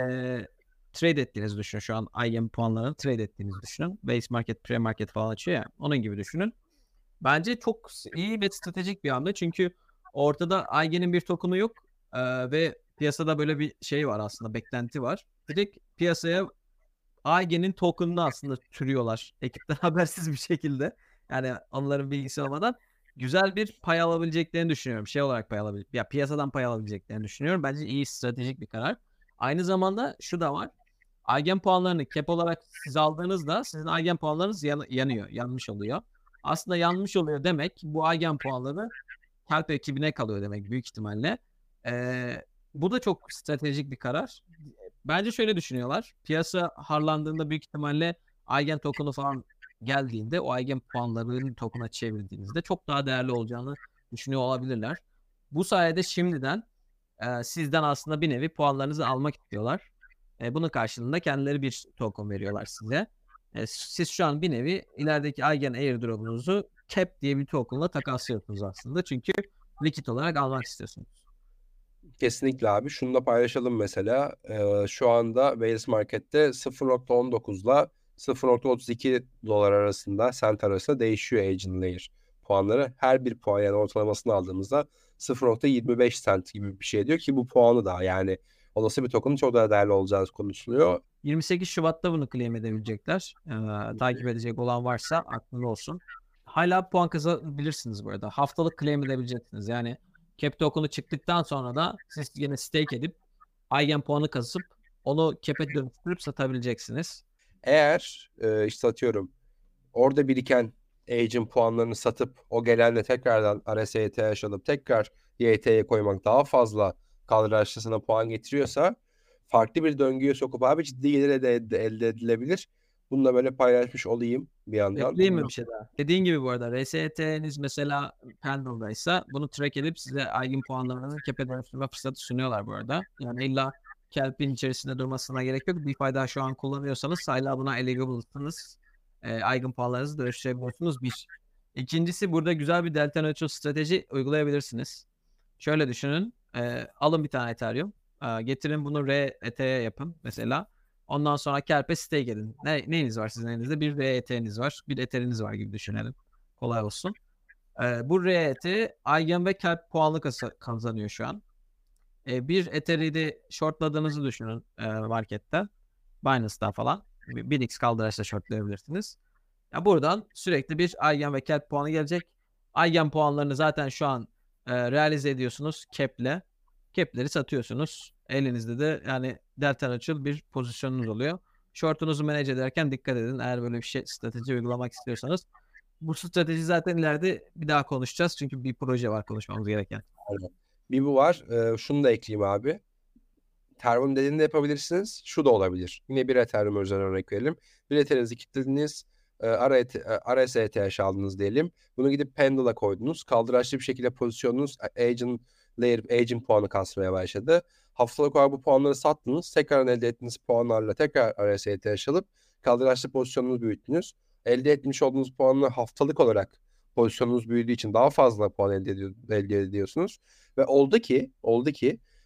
trade ettiğinizi düşünün. Şu an Eigen puanlarını trade ettiğinizi düşünün. Whales Market, pre-market falan açıyor ya. Onun gibi düşünün. Bence çok iyi ve stratejik bir hamle. Çünkü ortada Eigen'in bir token'u yok. E, ve piyasada böyle bir şey var aslında. Beklenti var. Direkt piyasaya Eigen'in token'ını aslında sürüyorlar. Ekipten habersiz bir şekilde. Yani onların bilgisi olmadan güzel bir pay alabileceklerini düşünüyorum. Şey olarak pay alabilecek. Ya piyasadan pay alabileceklerini düşünüyorum. Bence iyi, stratejik bir karar. Aynı zamanda şu da var. Eigen puanlarını cap olarak siz aldığınızda sizin Eigen puanlarınız yan- yanıyor. Yanmış oluyor. Aslında yanmış oluyor demek bu Eigen puanları Kelp ekibine kalıyor demek büyük ihtimalle. Ee, bu da çok stratejik bir karar. Bence şöyle düşünüyorlar. Piyasa harlandığında büyük ihtimalle Eigen token'u falan geldiğinde o Eigen puanlarını token'a çevirdiğinizde çok daha değerli olacağını düşünüyor olabilirler. Bu sayede şimdiden e, sizden aslında bir nevi puanlarınızı almak istiyorlar. E, bunun karşılığında kendileri bir token veriyorlar size. E, siz şu an bir nevi ilerideki Eigen airdrop'unuzu Cap diye bir token'la takaslıyorsunuz aslında. Çünkü likit olarak almak istiyorsunuz. Kesinlikle abi. Şunu da paylaşalım mesela. Ee, şu anda Wales Market'te sıfır nokta on dokuzla sıfır nokta otuz iki dolar arasında, cent arasında değişiyor agent layer puanları. Her bir puan, yani ortalamasını aldığımızda sıfır nokta yirmi beş cent gibi bir şey diyor ki bu puanı da, yani olası bir token'ın çok daha değerli olacağı konuşuluyor. yirmi sekiz Şubat'ta bunu claim edebilecekler. Ee, takip edecek olan varsa aklında olsun. Hala puan kazanabilirsiniz bu arada. Haftalık claim edebileceksiniz. Yani cap token'u çıktıktan sonra da siz yine stake edip Eigen puanı kasıp onu cap'e dönüştürüp satabileceksiniz. Eğer e, işte atıyorum orada biriken agent puanlarını satıp o gelenle tekrardan R S E T yaşanıp tekrar Y T'ye koymak daha fazla kaldıraçlısına puan getiriyorsa farklı bir döngüye sokup abi ciddi gelir elde, elde, elde edilebilir. Bunu da böyle paylaşmış olayım bir yandan. Ekleyeyim mi bir şey daha? Dediğin gibi bu arada R S E T'niz mesela Pendle'daysa bunu track edip size Eigen puanlarınızı cap'e dönüştürme fırsatı sunuyorlar bu arada. Yani illa Kelp'in içerisinde durmasına gerek yok. DeFi'da şu an kullanıyorsanız hala buna eligible'sınız. E, Eigen puanlarınızı dönüştürebiliyorsunuz. Bir. İkincisi, burada güzel bir delta neutral strateji uygulayabilirsiniz. Şöyle düşünün. E, alın bir tane Ethereum. E, getirin bunu R E T'ye yapın mesela. Ondan sonra Kelp'e stake edin. Ne, neyiniz var sizin elinizde? Bir R E T'niz var. Bir Ether'iniz var gibi düşünelim. Kolay olsun. Ee, bu R E T Eigen ve Kelp puanlı kasa- kazanıyor şu an. Ee, bir Ether'i de shortladığınızı düşünün e, marketten. Binance'dan falan. Bir bir x kaldıraçla shortlayabilirsiniz. Ya buradan sürekli bir Eigen ve Kelp puanı gelecek. Eigen puanlarını zaten şu an e, realize ediyorsunuz Cap'le. Cap'leri satıyorsunuz. Elinizde de yani delta açıl bir pozisyonunuz oluyor. Short'unuzu manage ederken dikkat edin. Eğer böyle bir şey, strateji uygulamak istiyorsanız. Bu strateji zaten ileride bir daha konuşacağız. Çünkü bir proje var konuşmamız gereken. Aynen. Bir bu var. Ee, şunu da ekleyeyim abi. Ethereum dediğinde yapabilirsiniz. Şu da olabilir. Yine bir Ethereum üzerinden örnek verelim. Bir Ethereum'inizi kilitlediniz. E, R S E T H aldınız diyelim. Bunu gidip Pendle'a koydunuz. Kaldıraçlı bir şekilde pozisyonunuz agent layer, agent puanı kasmaya başladı. Haftalık olarak bu puanları sattınız. Tekrar elde ettiğiniz puanlarla tekrar R S E T H alıp kaldıraçlı pozisyonunuzu büyüttünüz. Elde etmiş olduğunuz puanla haftalık olarak pozisyonunuz büyüdüğü için daha fazla puan elde, ediyor, elde ediyorsunuz. Ve oldu ki, oldu ki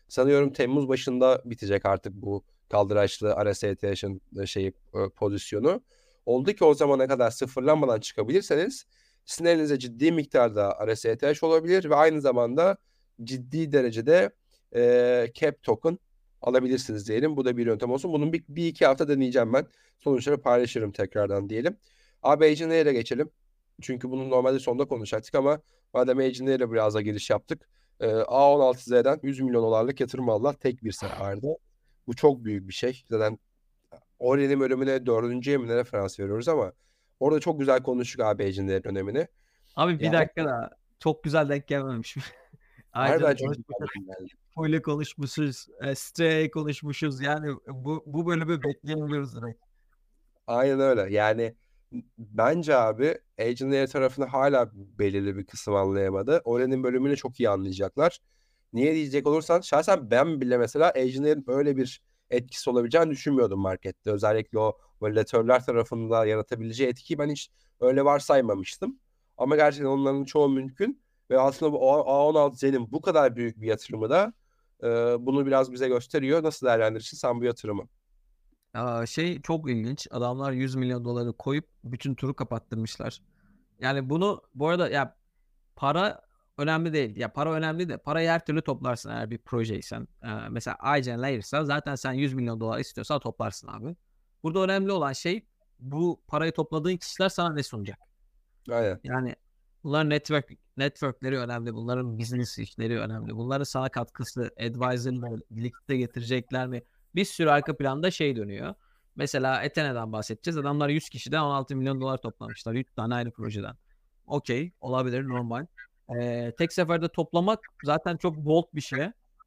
Sanıyorum Temmuz başında bitecek artık bu kaldıraçlı R S T H'ın şeyi e, pozisyonu. Oldu ki o zamana kadar sıfırlanmadan çıkabilirseniz sizin elinizde ciddi miktarda R S T H olabilir ve aynı zamanda ciddi derecede e, cap token alabilirsiniz diyelim. Bu da bir yöntem olsun. Bunun bir, bir iki hafta deneyeceğim ben. Sonuçları paylaşırım tekrardan diyelim. Abi Agen'e geçelim. Çünkü bunu normalde sonda konuşacaktık ama madem Agen'e biraz da giriş yaptık. Ee, A on altı Z'den yüz milyon dolarlık yatırım aldılar tek bir seferde. Bu çok büyük bir şey. Zaten Ori'nin bölümüne dördüncüye mi ne referans veriyoruz ama orada çok güzel konuştuk abi Agen'lerin önemini. Abi bir Yani dakika da çok güzel denk gelmemiş. harbiden Aycan çok konuşmuşuz, güzel geldi. Fulle konuşmuşuz, e, Stray konuşmuşuz. Yani bu bu bölümü bekleyebiliyoruz direkt. Aynen öyle. Yani bence abi Agen'ler tarafını hala belirli bir kısım anlayamadı. Ori'nin bölümünü çok iyi anlayacaklar. Niye diyecek olursan şahsen ben bile mesela Agen'lerin öyle bir etkisi olabileceğini düşünmüyordum markette. Özellikle o validatörler tarafında yaratabileceği etkiyi ben hiç öyle varsaymamıştım. Ama gerçekten onların çoğu mümkün. Ve aslında bu A on altı Z'nin bu kadar büyük bir yatırımı da e, bunu biraz bize gösteriyor. Nasıl değerlendirirsin sen bu yatırımı? Aa, şey çok ilginç. Adamlar yüz milyon doları koyup bütün turu kapattırmışlar. Yani bunu bu arada ya para önemli değil. Ya para önemli de parayı her türlü toplarsın eğer bir projeysen. Ee, mesela iGen Layers'a zaten sen yüz milyon dolar istiyorsan toplarsın abi. Burada önemli olan şey bu parayı topladığın kişiler sana ne sunacak? Aynen. Yani bunların network networkleri önemli. Bunların business işleri önemli. Bunların sana katkısı, advisor'la birlikte getirecekler mi? Bir sürü arka planda şey dönüyor. Mesela Ethene'den bahsedeceğiz. Adamlar yüz kişiden on altı milyon dolar toplamışlar. yüz tane ayrı projeden. Okey, olabilir, normal. Ee, tek seferde toplamak zaten çok bold bir şey.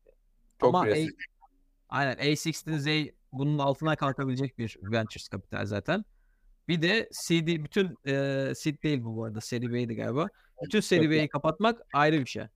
Çok Ama A, realistik. aynen A on altı Z bunun altına kalkabilecek bir ventures kapital zaten. Bir de C D bütün e, seed değil bu bu arada. Seri B'ydi galiba. Bütün Seri Çok B'yi kapatmak ayrı bir şey.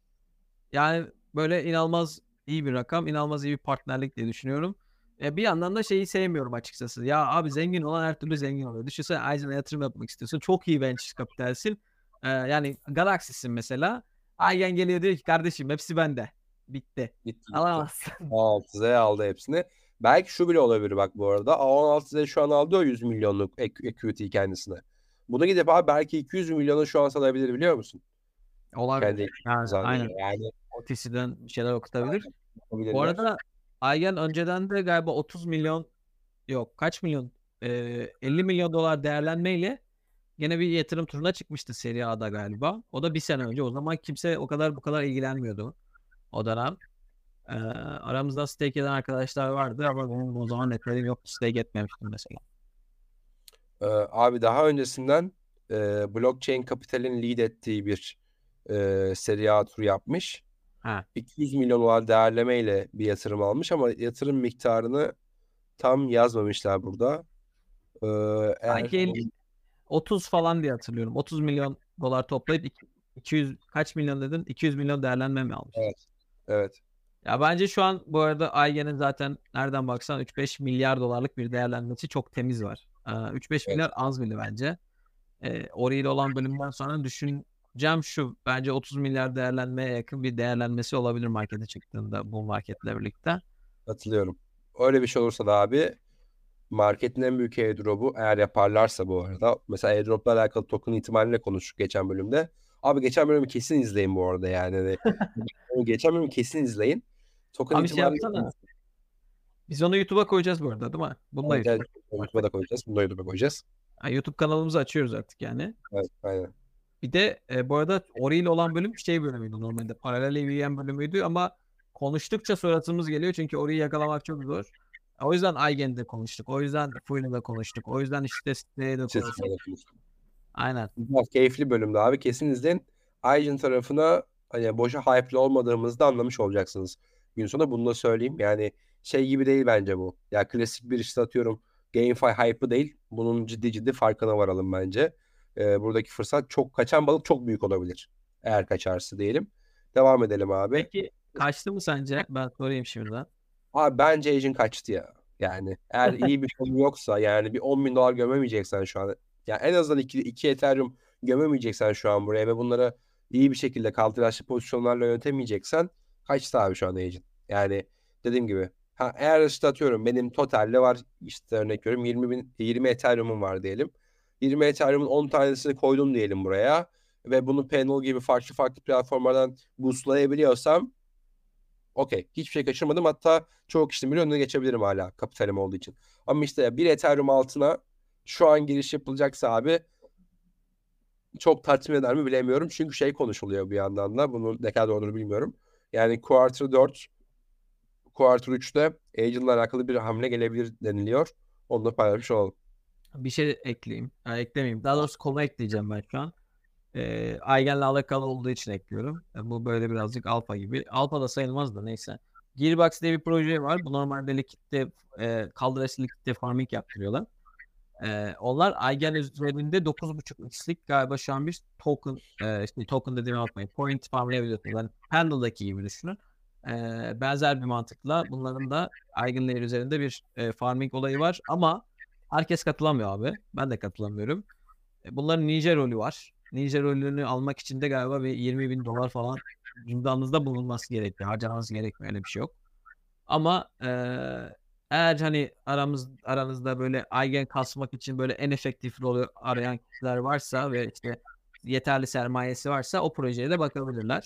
Yani böyle inanılmaz iyi bir rakam, inanılmaz iyi bir partnerlik diye düşünüyorum. E, bir yandan da şeyi sevmiyorum açıkçası. Ya abi zengin olan her türlü zengin oluyor. Düşünsene Aizen'a yatırım yapmak istiyorsun. Çok iyi venture kapitalsin. E, yani Galaxy'sin mesela. Aygen geliyor diyor ki kardeşim hepsi bende. Bitti. Gitti gitti. Alamazsın. A on altı Z aldı hepsini. Belki şu bile olabilir bak bu arada. A on altı Z şu an aldı o yüz milyonluk equ- equity kendisine. Bunu gidip abi belki iki yüz milyonu şu an satabilir biliyor musun? Olabilir. Kendi Yani zannediyor. aynen. Yani O T C'den bir şeyler okutabilir. Bu yapabilirler. arada Aygen önceden de galiba otuz milyon yok kaç milyon e, elli milyon dolar değerlenmeyle gene bir yatırım turuna çıkmıştı Serie A'da galiba. O da bir sene önce. O zaman kimse o kadar bu kadar ilgilenmiyordu o dönem. E, aramızda stake eden arkadaşlar vardı ama benim o zaman netlerim yok. Stake etmemiştim mesela. Ee, abi daha öncesinden e, Blockchain Capital'in lead ettiği bir e, Serie A turu yapmış. Ha. iki yüz milyon dolar değerlemeyle bir yatırım almış ama yatırım miktarını tam yazmamışlar burada. Ee, eğer Sanki elli, otuz falan diye hatırlıyorum. otuz milyon dolar toplayıp iki- 200 kaç milyon dedin? iki yüz milyon değerlenme mi almış? evet, evet. Ya bence şu an bu arada Aygen'in zaten nereden baksan üç beş milyar dolarlık bir değerlenmesi çok temiz var. Ee, üç beş Evet. milyar az bile bence. Ee, Ori ile olan bölümden sonra düşüneceğim şu. Bence otuz milyar değerlenmeye yakın bir değerlenmesi olabilir markete çıktığında bu marketle birlikte. Katılıyorum. Öyle bir şey olursa da abi marketin en büyük airdrop'u eğer yaparlarsa bu arada. Mesela airdrop'la alakalı token ihtimaliyle konuştuk geçen bölümde. Abi geçen bölümü kesin izleyin bu arada yani. Hani, geçen bölümü kesin izleyin. Token Abi şey ihtimali yapsana. Biz onu YouTube'a koyacağız bu arada değil mi? Bunu da evet, evet, YouTube'a YouTube'a da koyacağız. koyacağız. Bunu da YouTube'a koyacağız. Ha, YouTube kanalımızı açıyoruz artık yani. Evet, aynen. Bir de e, bu arada Ori ile olan bölüm şey bölümüydü normalde. Paralel yürüyen bölümüydü ama konuştukça suratımız geliyor çünkü Ori'yi yakalamak çok zor. O yüzden Aygen'de konuştuk. O yüzden Full'de konuştuk. O yüzden işte Sitey'de konuştuk. Sesini konuştuk. Aynen. Biraz keyifli bölümdü abi. Kesin izleyin. Aijin tarafına hani boşa hype'lı olmadığımızı da anlamış olacaksınız. Gün sonu bunu da söyleyeyim. Yani şey gibi değil bence bu. Ya klasik bir işte atıyorum GameFi hype'ı değil. Bunun ciddi ciddi farkına varalım bence. Ee, buradaki fırsat çok kaçan balık çok büyük olabilir. Eğer kaçarsa diyelim. Devam edelim abi. Peki kaçtı mı sence? Ben sorayım şimdiden. Abi bence Aijin kaçtı ya. Yani eğer iyi bir fonu yoksa yani bir on bin dolar gömemeyeceksen şu an. Yani en azından iki, iki Ethereum gömemeyeceksen şu an buraya ve bunlara iyi bir şekilde kaldıraçlı pozisyonlarla yönetemeyeceksen kaçtı abi şu an Aijin. Yani dediğim gibi ha, eğer işte atıyorum benim totalde var işte örnek veriyorum yirmi bin, yirmi Ethereum'um var diyelim. yirmi Ethereum'un on tanesini koydum diyelim buraya ve bunu Panel gibi farklı farklı platformlardan boostlayabiliyorsam okey. Hiçbir şey kaçırmadım. Hatta çoğu kişinin bile önüne geçebilirim hala kapitalim olduğu için. Ama işte bir Ethereum altına şu an giriş yapılacaksa abi çok tatmin eder mi bilemiyorum. Çünkü şey konuşuluyor bir yandan da. Bunun ne kadar olduğunu bilmiyorum. Yani Quarter dört, Quarter üçte Angel'la alakalı bir hamle gelebilir deniliyor. Onu da paylaşmış olalım. Bir şey ekleyeyim. Ha, eklemeyeyim. Daha doğrusu konu ekleyeceğim ben şu an. E, Eigen'le alakalı olduğu için ekliyorum. E, bu böyle birazcık alfa gibi. Alfa da sayılmaz da neyse. Gearbox diye bir proje var. Bu normalde likitte e, kaldıraçlı likitte farming yaptırıyorlar. E, onlar Eigen üzerinde dokuz buçuk x'lik galiba şu an bir token e, işte token dediğimi unutmayın. Point farmlayabiliyorsunuz. Yani Pendle'daki gibi düşünün. E, benzer bir mantıkla bunların da Eigen Layer üzerinde bir e, farming olayı var ama herkes katılamıyor abi. Ben de katılamıyorum. E, Bunların Ninja rolü var. Ninja rolünü almak için de galiba bir yirmi bin dolar falan cüzdanınızda bulunması gerekiyor. Harcamanız gerekmiyor. Öyle bir şey yok. Ama e, eğer hani aramız aranızda böyle Eigen kasmak için böyle en efektif rolü arayan kişiler varsa ve işte yeterli sermayesi varsa o projeye de bakabilirler.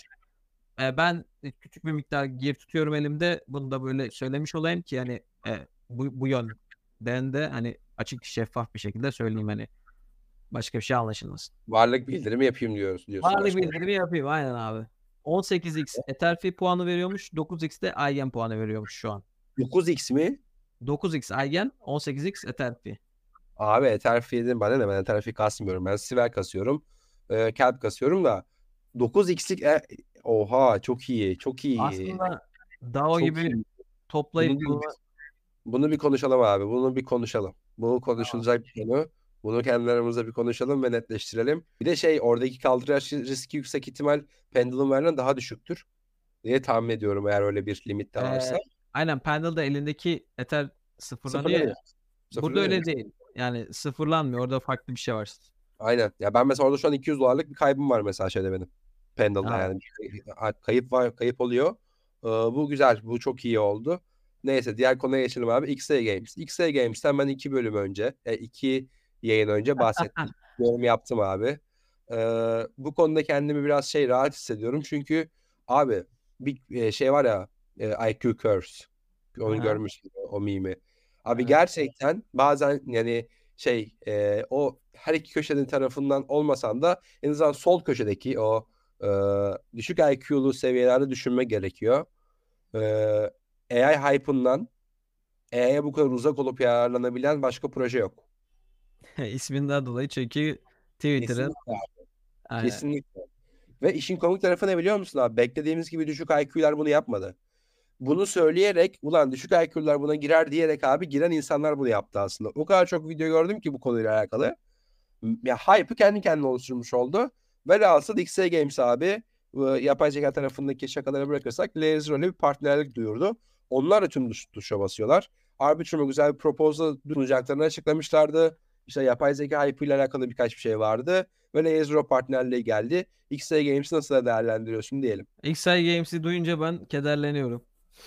E, ben küçük bir miktar gear tutuyorum elimde. Bunu da böyle söylemiş olayım ki hani e, bu, bu yönden de hani açık şeffaf bir şekilde söyleyeyim hani başka bir şey anlaşılmasın. Varlık bildirimi yapayım diyoruz diyorsun Varlık başka. bildirimi yapayım aynen abi. on sekiz x Ether Fee puanı veriyormuş. dokuz x de Eigen puanı veriyormuş şu an. dokuz x mi? dokuz x Eigen, on sekiz x Ether Fee. Abi Etherfield'in bana ne? Ben Etherfield kasmıyorum. Ben Svel kasıyorum. E, Kelp kasıyorum da dokuz x'lik e, oha çok iyi. Çok iyi. Aslında DAO Çok gibi iyi. Bunu toplayıp bir, bunu bunu bir konuşalım abi. Bunu bir konuşalım. Bu konuşulacak bir konu. Bunu kendi aramızda bir konuşalım ve netleştirelim. Bir de şey oradaki kaldıraç riski yüksek ihtimal Pendulum Ver'den daha düşüktür diye tahmin ediyorum eğer öyle bir limit de e, varsa. aynen Pendle'da elindeki Ether sıfırlanıyor Sıfırlanıyor. ya. Burada Sıfırlanıyor. öyle değil. Yani sıfırlanmıyor. Orada farklı bir şey var. Aynen. Ya ben mesela orada şu an iki yüz dolarlık bir kaybım var mesela şeyde benim. Pendle'da Ha. yani kayıp var, kayıp oluyor. Ee, bu güzel. Bu çok iyi oldu. Neyse diğer konuya geçelim abi. X A Games. X A Games'ten ben iki bölüm önce, e, iki yayın önce bahsettim. Yorum yaptım abi. Ee, bu konuda kendimi biraz şey rahat hissediyorum. Çünkü abi bir e, şey var ya e, I Q Curves. Onu Aha. görmüşsün o mimi. Abi Evet. gerçekten bazen yani şey e, o her iki köşenin tarafından olmasan da en azından sol köşedeki o e, düşük I Q'lu seviyelerde düşünme gerekiyor. E, A I hype'ından A I'ye bu kadar uzak olup yararlanabilen başka proje yok. İsminden dolayı çünkü Twitter'ın Kesinlikle. aynen. Kesinlikle. Ve işin komik tarafı ne biliyor musun abi? Beklediğimiz gibi düşük I Q'lar bunu yapmadı. Bunu söyleyerek ulan düşük I Q'lar buna girer diyerek abi giren insanlar bunu yaptı aslında. O kadar çok video gördüm ki bu konuyla alakalı. Ya hype'ı kendi kendine oluşturmuş oldu. Velhasıl X A Games abi e, yapay zeka tarafındaki şakaları bırakırsak Layers Roll'e bir partnerlik duyurdu. Onlar da tüm tuş, tuşa basıyorlar. Arbitrum'a güzel bir proposal sunacaklarını açıklamışlardı. İşte yapay zeka hype ile alakalı birkaç bir şey vardı. Ve Layers Roll partnerliği geldi. X A Games'i nasıl değerlendiriyorsun diyelim. X I Games'i duyunca ben kederleniyorum.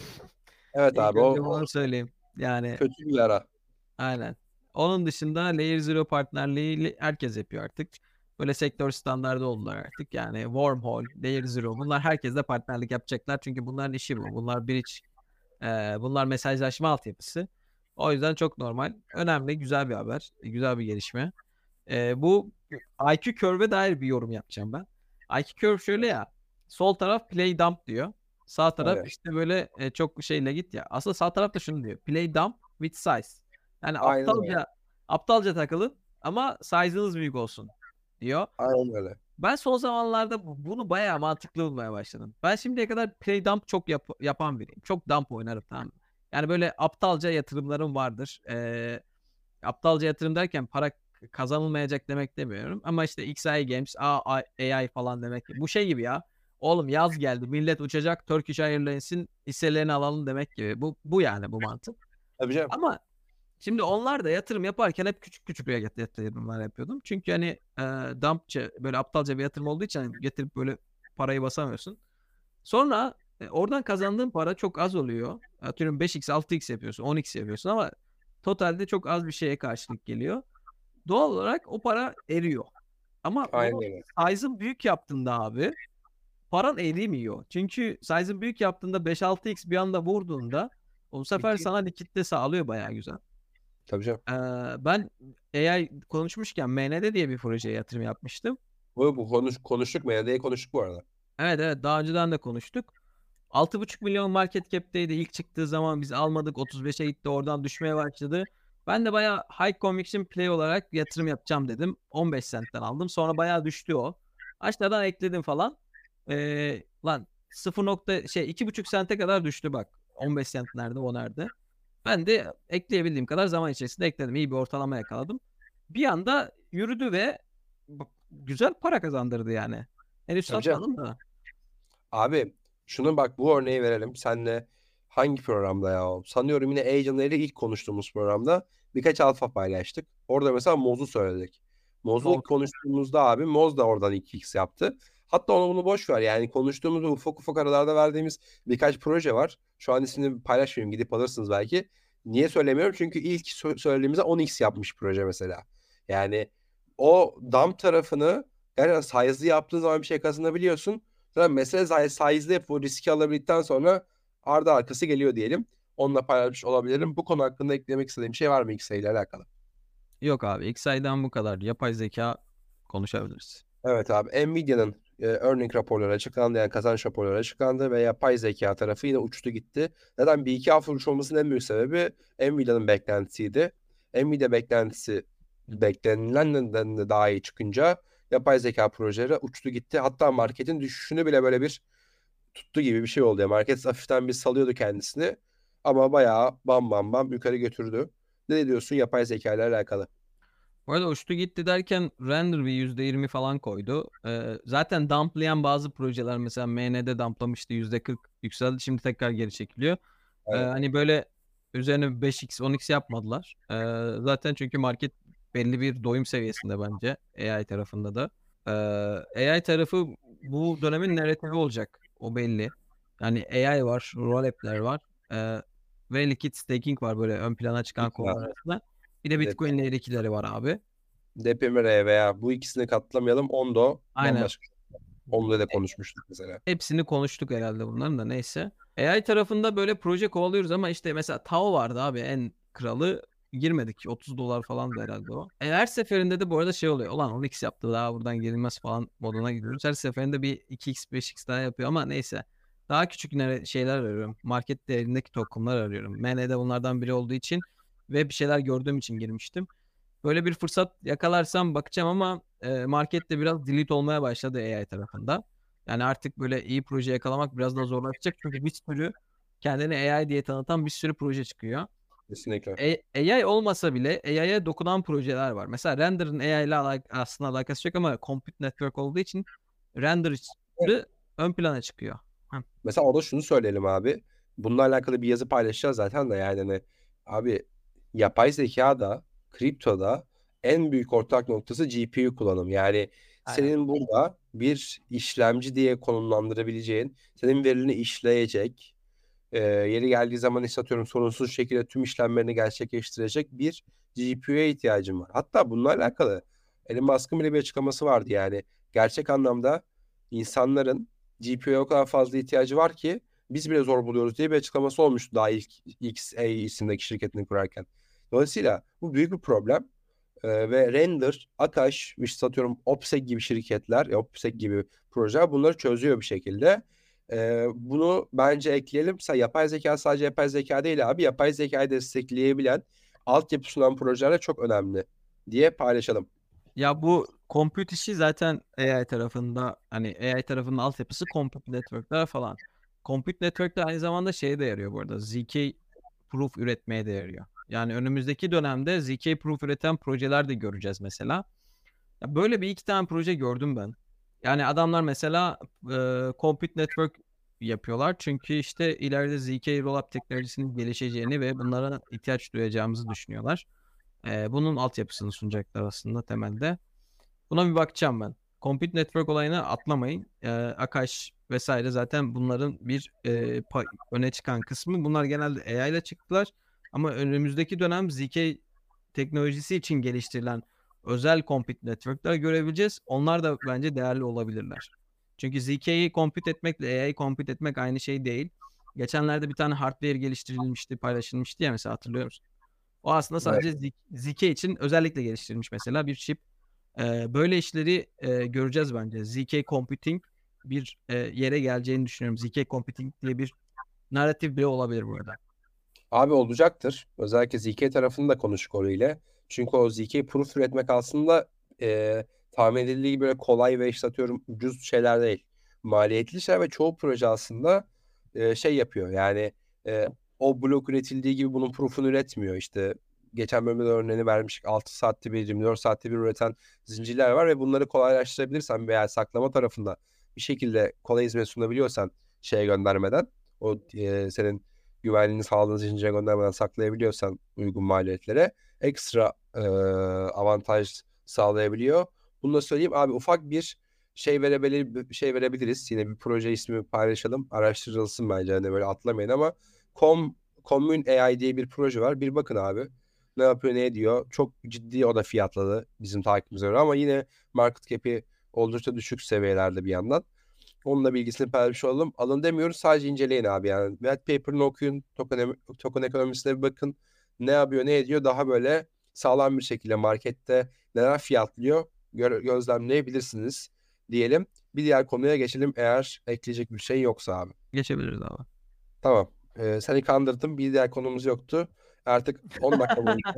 Evet İlk abi o, önce o bunu söyleyeyim. Yani kötü bir ara. aynen. Onun dışında Layer Zero partnerliği herkes yapıyor artık. Böyle sektör standardı oldular artık. Yani Wormhole, Layer Zero bunlar herkesle partnerlik yapacaklar. Çünkü bunların işi bu. Bunlar bridge, e, bunlar mesajlaşma altyapısı. O yüzden çok normal. Önemli, güzel bir haber. Güzel bir gelişme. E, bu I Q Curve'e dair bir yorum yapacağım ben. I Q Curve şöyle ya. Sol taraf play dump diyor. Sağ taraf Evet. işte böyle e, çok şeyle git ya. Aslında sağ taraf da şunu diyor. Play dump with size. Yani Aynen öyle. aptalca aptalca takılın ama size'ınız büyük olsun diyor. Aynen öyle. Ben son zamanlarda bu- bunu bayağı mantıklı bulmaya başladım. Ben şimdiye kadar play dump çok yap- yapan biriyim. Çok dump oynarım, tamam mı? Yani böyle aptalca yatırımlarım vardır. Ee, aptalca yatırım derken para kazanılmayacak demek demiyorum. Ama işte X I Games, A I falan demek. Bu şey gibi ya. Oğlum yaz geldi. Millet uçacak. Turkish Airlines'in hisselerini alalım demek gibi. Bu bu yani bu mantık. Tabii canım. Ama şimdi onlar da yatırım yaparken hep küçük küçük yat- yatırımlar yapıyordum. Çünkü hani e, dumpça böyle aptalca bir yatırım olduğu için hani getirip böyle parayı basamıyorsun. Sonra E, oradan kazandığın para çok az oluyor. Atıyorum beş x altı x yapıyorsun, on x yapıyorsun ama totalde çok az bir şeye karşılık geliyor. Doğal olarak o para eriyor. Ama Aynen bunu öyle. size'ın büyük yaptığında abi paran erimiyor. Çünkü size'ın büyük yaptığında beş altı x bir anda vurduğunda o sefer Bitti. sana likitte sağlıyor bayağı güzel. Tabii canım. Ee, ben A I konuşmuşken M N D diye bir projeye yatırım yapmıştım. Bu, bu konuş, konuştuk mu? Ya konuştuk bu arada. Evet evet daha önceden de konuştuk. altı buçuk milyon market cap'teydi ilk çıktığı zaman biz almadık otuz beşe gitti oradan düşmeye başladı. Ben de bayağı high conviction play olarak yatırım yapacağım dedim. on beş centten aldım sonra bayağı düştü o. Aşağıdan ekledim falan. Ee, lan sıfır nokta şey iki buçuk sente kadar düştü bak. on beş cent nerede o nerede. Ben de ekleyebildiğim kadar zaman içerisinde ekledim. İyi bir ortalama yakaladım. Bir anda yürüdü ve bak, güzel para kazandırdı yani. Henüz Tabii canım. satmadım da. Abi şunu bak bu örneği verelim. Senle hangi programda ya? Sanıyorum yine Agent ile ilk konuştuğumuz programda birkaç alfa paylaştık. Orada mesela Moz'u söyledik. Moz'u Doğru. ilk konuştuğumuzda abi Moz da oradan iki x yaptı. Hatta onu bunu boş ver. Yani konuştuğumuz ufak ufak aralarda verdiğimiz birkaç proje var. Şu an ismini paylaşmayayım. Gidip alırsınız belki. Niye söylemiyorum? Çünkü ilk sö- söylediğimizde on x yapmış proje mesela. Yani o dump tarafını gerçekten size'lı yaptığın zaman bir şey kazanabiliyorsun. Zaten mesele say- size'lı yapıp o riski alabildikten sonra ardı arkası geliyor diyelim. Onunla paylaşmış olabilirim. Bu konu hakkında eklemek istediğim şey var mı X ile alakalı? Yok abi X I'den bu kadar. Yapay zeka konuşabiliriz. Evet abi. Nvidia'nın e, earning raporları açıklandı. Yani kazanç raporları açıklandı ve yapay zeka tarafı yine uçtu gitti. Neden? Bir iki hafta uçuş olmasının en büyük sebebi Nvidia'nın beklentisiydi. Nvidia beklentisi beklenilenden de daha iyi çıkınca yapay zeka projeleri uçtu gitti. Hatta marketin düşüşünü bile böyle bir tuttu gibi bir şey oldu. Yani market hafiften bir salıyordu kendisini. Ama bayağı bam bam bam yukarı götürdü. Ne diyorsun yapay zeka ile alakalı? Bu arada uçtu gitti derken render bir yüzde yirmi falan koydu. Ee, zaten dumplayan bazı projeler mesela M N D dumplamıştı yüzde kırk yükseldi. Şimdi tekrar geri çekiliyor. Ee, Aynen. hani böyle üzerine beş x on x yapmadılar. Ee, zaten çünkü market belli bir doyum seviyesinde bence A I tarafında da. Ee, A I tarafı bu dönemin narratifi olacak. O belli. Yani A I var, role app'ler var. Ee, ve liquid staking var böyle ön plana çıkan Bitcoin konular abi. arasında. Bir de Dep Bitcoin Layer ikileri var abi. Depemire veya bu ikisini katlamayalım. Ondo Aynen. bambaşka. Onunla da konuşmuştuk mesela. Hepsini konuştuk herhalde bunların da neyse. A I tarafında böyle proje kovalıyoruz ama işte mesela Tao vardı abi en kralı girmedik. otuz dolar falan da herhalde o. E, her seferinde de bu arada şey oluyor. Ulan on x yaptı daha buradan girilmez falan moduna gidiyoruz. Her seferinde bir iki x beş x daha yapıyor ama neyse. Daha küçük nere- şeyler arıyorum. Market değerindeki tokenlar arıyorum. M N D bunlardan biri olduğu için ve bir şeyler gördüğüm için girmiştim. Böyle bir fırsat yakalarsam bakacağım ama e, market de biraz delete olmaya başladı A I tarafında. Yani artık böyle iyi proje yakalamak biraz daha zorlaşacak. Çünkü bir sürü kendini A I diye tanıtan bir sürü proje çıkıyor. Kesinlikle. A- AI olmasa bile A I'ye dokunan projeler var. Mesela Render'ın A I ile alak- aslında alakası yok ama Compute Network olduğu için Render'ı ön plana çıkıyor. Hı. Mesela orada şunu söyleyelim abi. Bununla alakalı bir yazı paylaşacağız zaten de yani hani abi yapay zeka da kriptoda en büyük ortak noktası G P U kullanım. Yani Aynen. senin burada bir işlemci diye konumlandırabileceğin, senin verini işleyecek, e, yeri geldiği zaman işte atıyorum sorunsuz şekilde tüm işlemlerini gerçekleştirecek bir G P U'ya ihtiyacın var. Hatta bununla alakalı Elon Musk'ın bile bir açıklaması vardı yani. Gerçek anlamda insanların G P U'ya o kadar fazla ihtiyacı var ki biz bile zor buluyoruz diye bir açıklaması olmuştu daha ilk X A isimdeki şirketini kurarken. Dolayısıyla bu büyük bir problem. Ee, ve Render, Akash, işte satıyorum OPSEC gibi şirketler, e, OPSEC gibi projeler bunları çözüyor bir şekilde. Ee, bunu bence ekleyelim. Mesela yapay zeka sadece yapay zeka değil abi. Yapay zekayı destekleyebilen altyapı sunan projeler de çok önemli diye paylaşalım. Ya bu compute işi zaten A I tarafında hani A I tarafının altyapısı compute network'ler falan. Compute network'ler aynı zamanda şeye de yarıyor bu arada. Z K proof üretmeye de yarıyor. Yani önümüzdeki dönemde Z K proof üreten projeler de göreceğiz mesela. Ya böyle bir iki tane proje gördüm ben. Yani adamlar mesela e, compute network yapıyorlar. Çünkü işte ileride Z K rollup teknolojisinin gelişeceğini ve bunlara ihtiyaç duyacağımızı düşünüyorlar. E, bunun altyapısını sunacaklar aslında temelde. Buna bir bakacağım ben. Compute Network olayına atlamayın. Ee, Akash vesaire zaten bunların bir e, pa- öne çıkan kısmı. Bunlar genelde A I ile çıktılar. Ama önümüzdeki dönem Z K teknolojisi için geliştirilen özel compute network'ler görebileceğiz. Onlar da bence değerli olabilirler. Çünkü Z K'yi compute etmekle A I'yi compute etmek aynı şey değil. Geçenlerde bir tane hardware geliştirilmişti, paylaşılmıştı ya mesela, hatırlıyor musun? O aslında Evet. sadece Z- ZK için özellikle geliştirilmiş mesela bir chip. Ee, böyle işleri e, göreceğiz bence. Z K Computing bir e, yere geleceğini düşünüyorum. Z K Computing diye bir narratif bile olabilir burada. Abi olacaktır. Özellikle Z K tarafını da konuştuk orayla. Çünkü o Z K proof üretmek aslında e, tahmin edildiği gibi böyle kolay ve işte atıyorum ucuz şeyler değil. Maliyetli şeyler ve çoğu proje aslında e, şey yapıyor. Yani e, o blok üretildiği gibi bunun proof'unu üretmiyor. İşte geçen bölümde de örneğini vermiştik. altı saatte bir, yirmi dört saatte bir üreten zincirler var ve bunları kolaylaştırabilirsen veya saklama tarafında bir şekilde kolay hizmet sunabiliyorsan şeye göndermeden o e, senin güvenliğini sağladığın zincire göndermeden saklayabiliyorsan uygun maliyetlere ekstra e, avantaj sağlayabiliyor. Bunu da söyleyeyim abi, ufak bir şey verebilir bir şey verebiliriz. Yine bir proje ismi paylaşalım. Araştırılsın bence. Hani böyle atlamayın ama Com Commune A I diye bir proje var. Bir bakın abi. Ne yapıyor, ne ediyor. Çok ciddi o da fiyatladı bizim takibimize göre ama yine market cap'i oldukça düşük seviyelerde bir yandan. Onun da bilgisini paylaşmış olalım. Alın demiyoruz, sadece inceleyin abi yani. White paper'ını okuyun. Token, token ekonomisine bir bakın. Ne yapıyor, ne ediyor. Daha böyle sağlam bir şekilde markette neler fiyatlıyor gö- gözlemleyebilirsiniz diyelim. Bir diğer konuya geçelim eğer ekleyecek bir şey yoksa abi. Geçebiliriz abi. Tamam. Ee, seni kandırdım. Bir diğer konumuz yoktu. Artık on dakika boyunca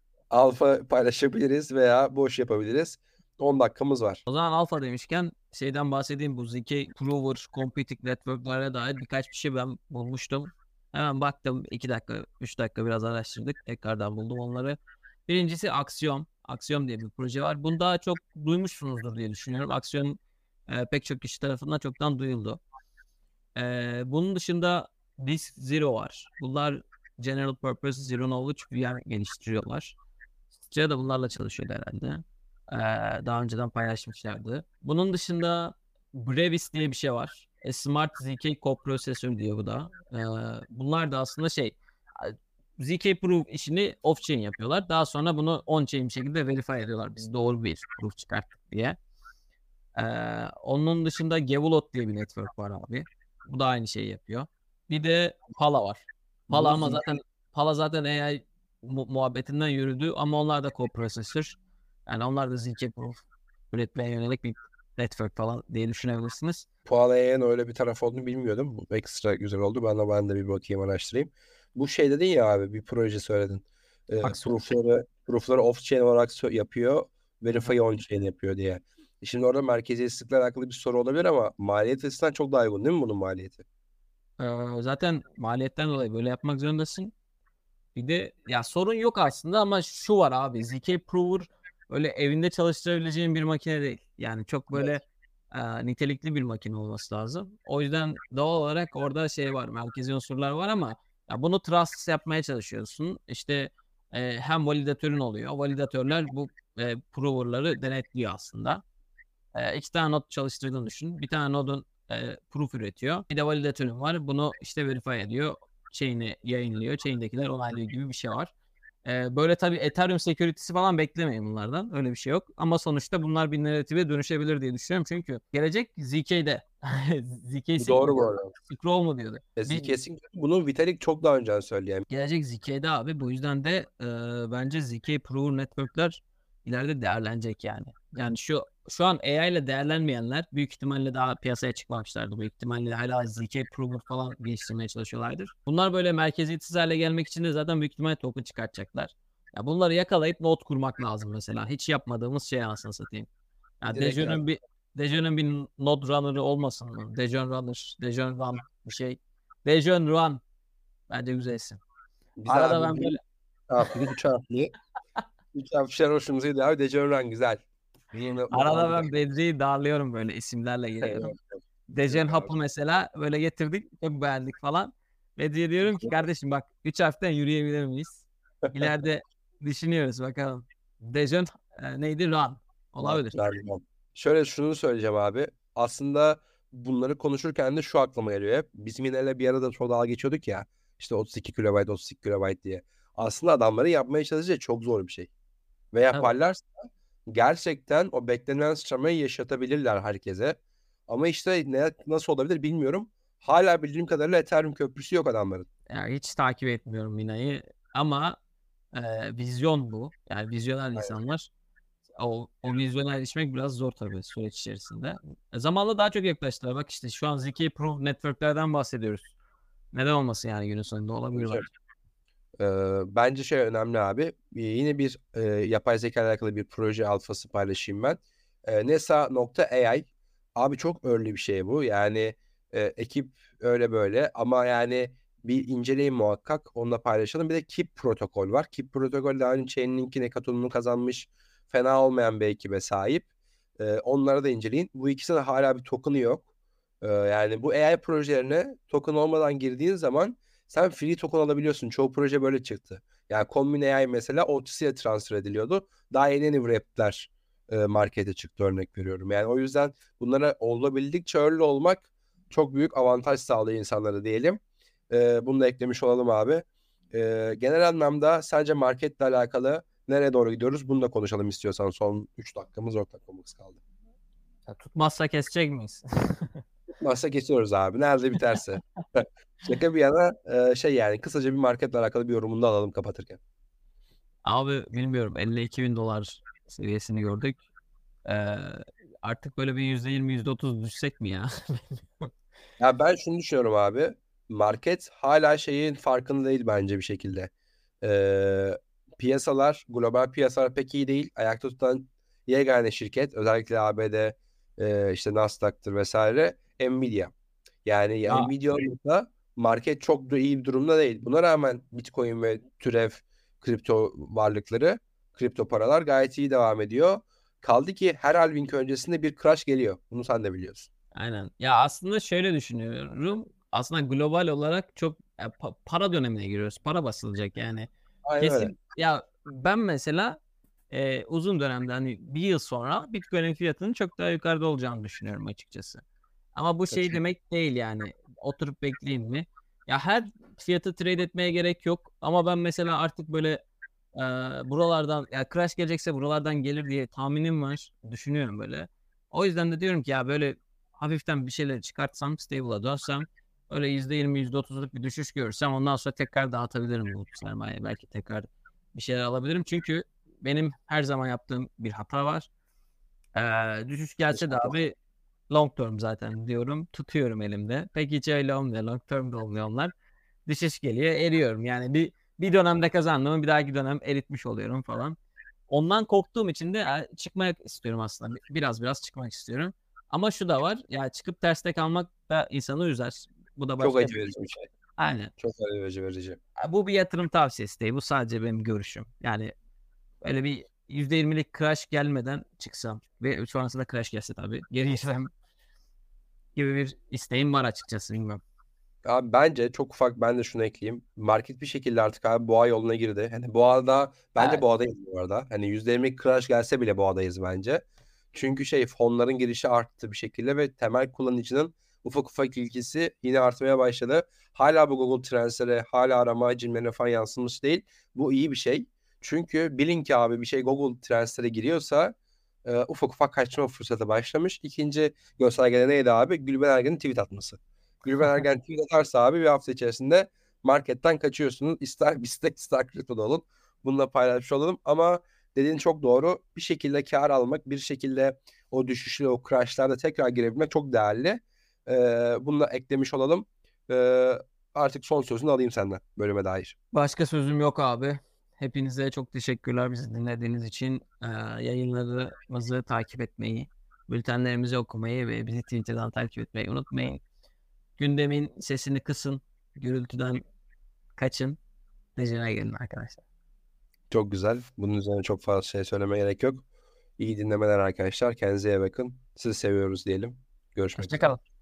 alfa paylaşabiliriz veya boş yapabiliriz. on dakikamız var. O zaman alfa demişken şeyden bahsedeyim. Bu Z K Prover Computing Network'lara dair birkaç bir şey ben bulmuştum. Hemen baktım. iki dakika, üç dakika biraz araştırdık. Tekrardan buldum onları. Birincisi Axiom. Axiom diye bir proje var. Bunu daha çok duymuşsunuzdur diye düşünüyorum. Axiom e, pek çok kişi tarafından çoktan duyuldu. E, bunun dışında Disk Zero var. Bunlar General Purpose Zero Knowledge V M geliştiriyorlar. Sıçra da bunlarla çalışıyordu herhalde. Ee, daha önceden paylaşmışlardı. Bunun dışında Brevis diye bir şey var. E, Smart Z K Coprocessor diyor bu da. Ee, bunlar da aslında şey, Z K Proof işini off-chain yapıyorlar. Daha sonra bunu on-chain bir şekilde verify ediyorlar. Biz doğru bir proof çıkarttık diye. Ee, onun dışında Gevulot diye bir network var abi. Bu da aynı şeyi yapıyor. Bir de Pala var. Pala Bu ama zaten Pala zaten A I mu- muhabbetinden yürüdü ama onlar da co-processor. Yani onlar da Z K Proof üretmeye yönelik bir network falan diye düşünebilirsiniz. Puanlayan öyle bir taraf olduğunu bilmiyordum. Bu ekstra güzel oldu. Ben de ben de bir bakayım, araştırayım. Bu şey dedin ya abi, bir proje söyledin. Ee, Aksiyon. proofları, proofları off-chain olarak sö- yapıyor. Hı hı. Verify on-chain yapıyor diye. E Şimdi orada merkeziyetsizlikle alakalı bir soru olabilir ama maliyet açısından çok daha uygun değil mi bunun maliyeti? Ee, zaten maliyetten dolayı böyle yapmak zorundasın. Bir de ya sorun yok aslında ama şu var abi. Z K Prover öyle evinde çalıştırabileceğin bir makine değil. Yani çok böyle e, nitelikli bir makine olması lazım. O yüzden doğal olarak orada şey var. Merkezi unsurlar var ama ya bunu trustless yapmaya çalışıyorsun. İşte e, hem validatörün oluyor. Validatörler bu e, prover'ları denetliyor aslında. E, iki tane node çalıştırdığını düşün. Bir tane nodun e, proof üretiyor. Bir de validatörün var. Bunu işte verify ediyor. Chain'i yayınlıyor. Chain'dekiler onaylıyor gibi bir şey var. E, böyle tabii Ethereum security'si falan beklemeyin bunlardan. Öyle bir şey yok. Ama sonuçta bunlar bir narratife dönüşebilir diye düşünüyorum. Çünkü gelecek Z K'de. Z K Bu Sync mi doğru bu diyordu? arada. Scroll mu diyordu? E, Bir, kesin bunu Vitalik çok daha önceden söyleyen. gelecek Z K'de abi. Bu yüzden de e, bence Z K Prover Network'ler ileride değerlenecek yani. Yani şu şu an A I ile değerlenmeyenler büyük ihtimalle daha piyasaya çıkmamışlardı. Büyük ihtimalle hala Z K Prover falan geliştirmeye çalışıyorlardır. Bunlar böyle merkeziyetsiz hale gelmek için de zaten büyük ihtimalle token çıkartacaklar. Ya bunları yakalayıp node kurmak lazım mesela. Hiç yapmadığımız şey anasını satayım. Ya Direkt yani. Dejon'un bir Dejon'un bir node runner'ı olmasın mı? Dejon Runner, Dejon Run bir şey. Dejon Run bence güzel isim. Güzel Arada abi. ben Bir böyle harfli, üç harfli. Üç harfli şeyler hoşumuza gidiyor abi. Dejavu'ran güzel. Yine not arada aldık. ben Bedri'yi darlıyorum, böyle isimlerle geliyorum. Evet. Dejen Yok abi. Hap'ı mesela böyle getirdik. Çok beğendik falan. Bedri'ye diyorum ki kardeşim bak üç harften yürüyebilir miyiz? İleride düşünüyoruz bakalım. Dejen e, neydi? Run. Var, Olabilir. var, var. Şöyle şunu söyleyeceğim abi. Aslında bunları konuşurken de şu aklıma geliyor hep. Bizim yine bir arada çok dalga geçiyorduk ya. İşte otuz iki kilobayt, otuz iki kilobayt diye. Aslında adamların yapmaya çalışacağı çok zor bir şey. Ve Evet. yaparlarsa gerçekten o beklenen sıçramayı yaşatabilirler herkese. Ama işte ne, nasıl olabilir bilmiyorum. Hala bildiğim kadarıyla Ethereum köprüsü yok adamların. Yani hiç takip etmiyorum Mina'yı ama e, vizyon bu. Yani vizyoner Aynen. insanlar. O, o vizyona erişmek biraz zor tabii süreç içerisinde. E, zamanla daha çok yaklaştılar. Bak işte şu an zeki proof network'lerden bahsediyoruz. Neden olmasın yani günün sonunda olabilir Tabii. bence. Ee, bence şey önemli abi. Ee, yine bir e, yapay zeka ile alakalı bir proje alfası paylaşayım ben. Ee, nesa nokta A I. Abi çok early bir şey bu. Yani e, ekip öyle böyle ama yani bir inceleyin muhakkak. Onunla paylaşalım. Bir de Kip protokol var. Kip protokol daha önce Chainlink'in hekatonunu kazanmış. Fena olmayan bir ekibe sahip. Ee, onları da inceleyin. Bu ikisinin hala bir token'ı yok. Ee, yani bu A I projelerine token olmadan girdiğin zaman sen free token alabiliyorsun. Çoğu proje böyle çıktı. Yani Combine A I mesela O T C'ye transfer ediliyordu. Daha yeni yeni wrap'ler e, markete çıktı örnek veriyorum. Yani o yüzden bunlara olabildikçe early olmak çok büyük avantaj sağlıyor insanlara diyelim. E, bunu da eklemiş olalım abi. E, genel anlamda sadece marketle alakalı nereye doğru gidiyoruz? Bunu da konuşalım istiyorsan. Son üç dakikamız, dört dakikamız kaldı. Ya tutmazsa kesecek miyiz? Nasıl geçiyoruz abi? Nerede biterse. Şaka bir yana e, şey yani kısaca bir marketle alakalı bir yorumunu da alalım kapatırken. Abi bilmiyorum elli iki bin dolar seviyesini gördük. Ee, artık böyle bir yüzde yirmi yüzde otuz düşsek mi ya? Ya ben şunu düşünüyorum abi. Market hala şeyin farkında değil bence bir şekilde. Ee, piyasalar, global piyasalar pek iyi değil. Ayakta tutan yegane şirket özellikle A B D e, işte Nasdaq'tır vesaire Nvidia. Yani Ya Nvidia olmasa market çok da iyi bir durumda değil. Buna rağmen Bitcoin ve türev kripto varlıkları, kripto paralar gayet iyi devam ediyor. Kaldı ki her halving öncesinde bir crash geliyor. Bunu sen de biliyorsun. aynen. Ya aslında şöyle düşünüyorum. Aslında global olarak çok ya, pa- para dönemine giriyoruz. Para basılacak yani. Aynen öyle. Kesin ya ben mesela e, uzun dönemde hani bir yıl sonra Bitcoin'in fiyatının çok daha yukarıda olacağını düşünüyorum açıkçası. Ama bu şey Katılıyorum. demek değil yani. Oturup bekleyin mi? Ya her fiyatı trade etmeye gerek yok. Ama ben mesela artık böyle e, buralardan ya crash gelecekse buralardan gelir diye tahminim var. Düşünüyorum böyle. O yüzden de diyorum ki ya böyle hafiften bir şeyler çıkartsam, stable'a dönsem öyle yüzde yirmi yüzde otuzluk bir düşüş görürsem ondan sonra tekrar dağıtabilirim bu sermayeyi. Belki tekrar bir şeyler alabilirim. Çünkü benim her zaman yaptığım bir hata var. Ee, düşüş gelse de abi long term zaten diyorum. Tutuyorum elimde. Pek hiç öyle olmuyor. Long term de olmuyor onlar. Düşüş geliyor eriyorum. Yani bir bir dönemde kazandığımı bir dahaki dönem eritmiş oluyorum falan. Ondan korktuğum için de e, çıkmak istiyorum aslında. Bi- Biraz biraz çıkmak istiyorum. Ama şu da var. Ya çıkıp terste kalmak da insanı üzer. Bu da Çok başka acı bir verici şey. bir şey. Aynen. Çok acı verici. Bu bir yatırım tavsiyesi değil. Bu sadece benim görüşüm. Yani öyle bir yüzde yirmilik crash gelmeden çıksam ve sonrasında crash gelse tabii geri girsem gibi bir isteğim var açıkçası bilmiyorum. Abi bence çok ufak ben de şunu ekleyeyim. Market bir şekilde artık abi boğa yoluna girdi. Hani boğada bence Evet, boğadayız bu arada. Hani yüzde yirmi crash gelse bile boğadayız bence. Çünkü şey fonların girişi arttı bir şekilde ve temel kullanıcının ufak ufak ilgisi yine artmaya başladı. Hala bu Google Trends'lere, hala arama hacimlerine falan yansımış değil. Bu iyi bir şey. Çünkü bilin ki abi bir şey Google Trends'lere giriyorsa e, ufak ufak kaçma fırsatı başlamış. İkinci göstergede neydi abi? Gülben Ergen'in tweet atması. Gülben Ergen tweet atarsa abi bir hafta içerisinde marketten kaçıyorsunuz. İster bizde ister kriptoda olun. Bununla paylaşmış olalım. Ama dediğin çok doğru. Bir şekilde kar almak, bir şekilde o düşüşle, o crashlarda tekrar girebilmek çok değerli. Ee, bunu da eklemiş olalım. Ee, artık son sözünü alayım senden bölüme dair. başka sözüm yok abi. Hepinize çok teşekkürler bizi dinlediğiniz için. Ee, yayınlarımızı takip etmeyi, bültenlerimizi okumayı ve bizi Twitter'dan takip etmeyi unutmayın. Gündemin sesini kısın, gürültüden kaçın, rejime gelin arkadaşlar. Çok güzel. Bunun üzerine çok fazla şey söylemeye gerek yok. İyi dinlemeler arkadaşlar. Kendinize iyi bakın. Sizi seviyoruz diyelim. Görüşmek üzere. Hoşçakalın.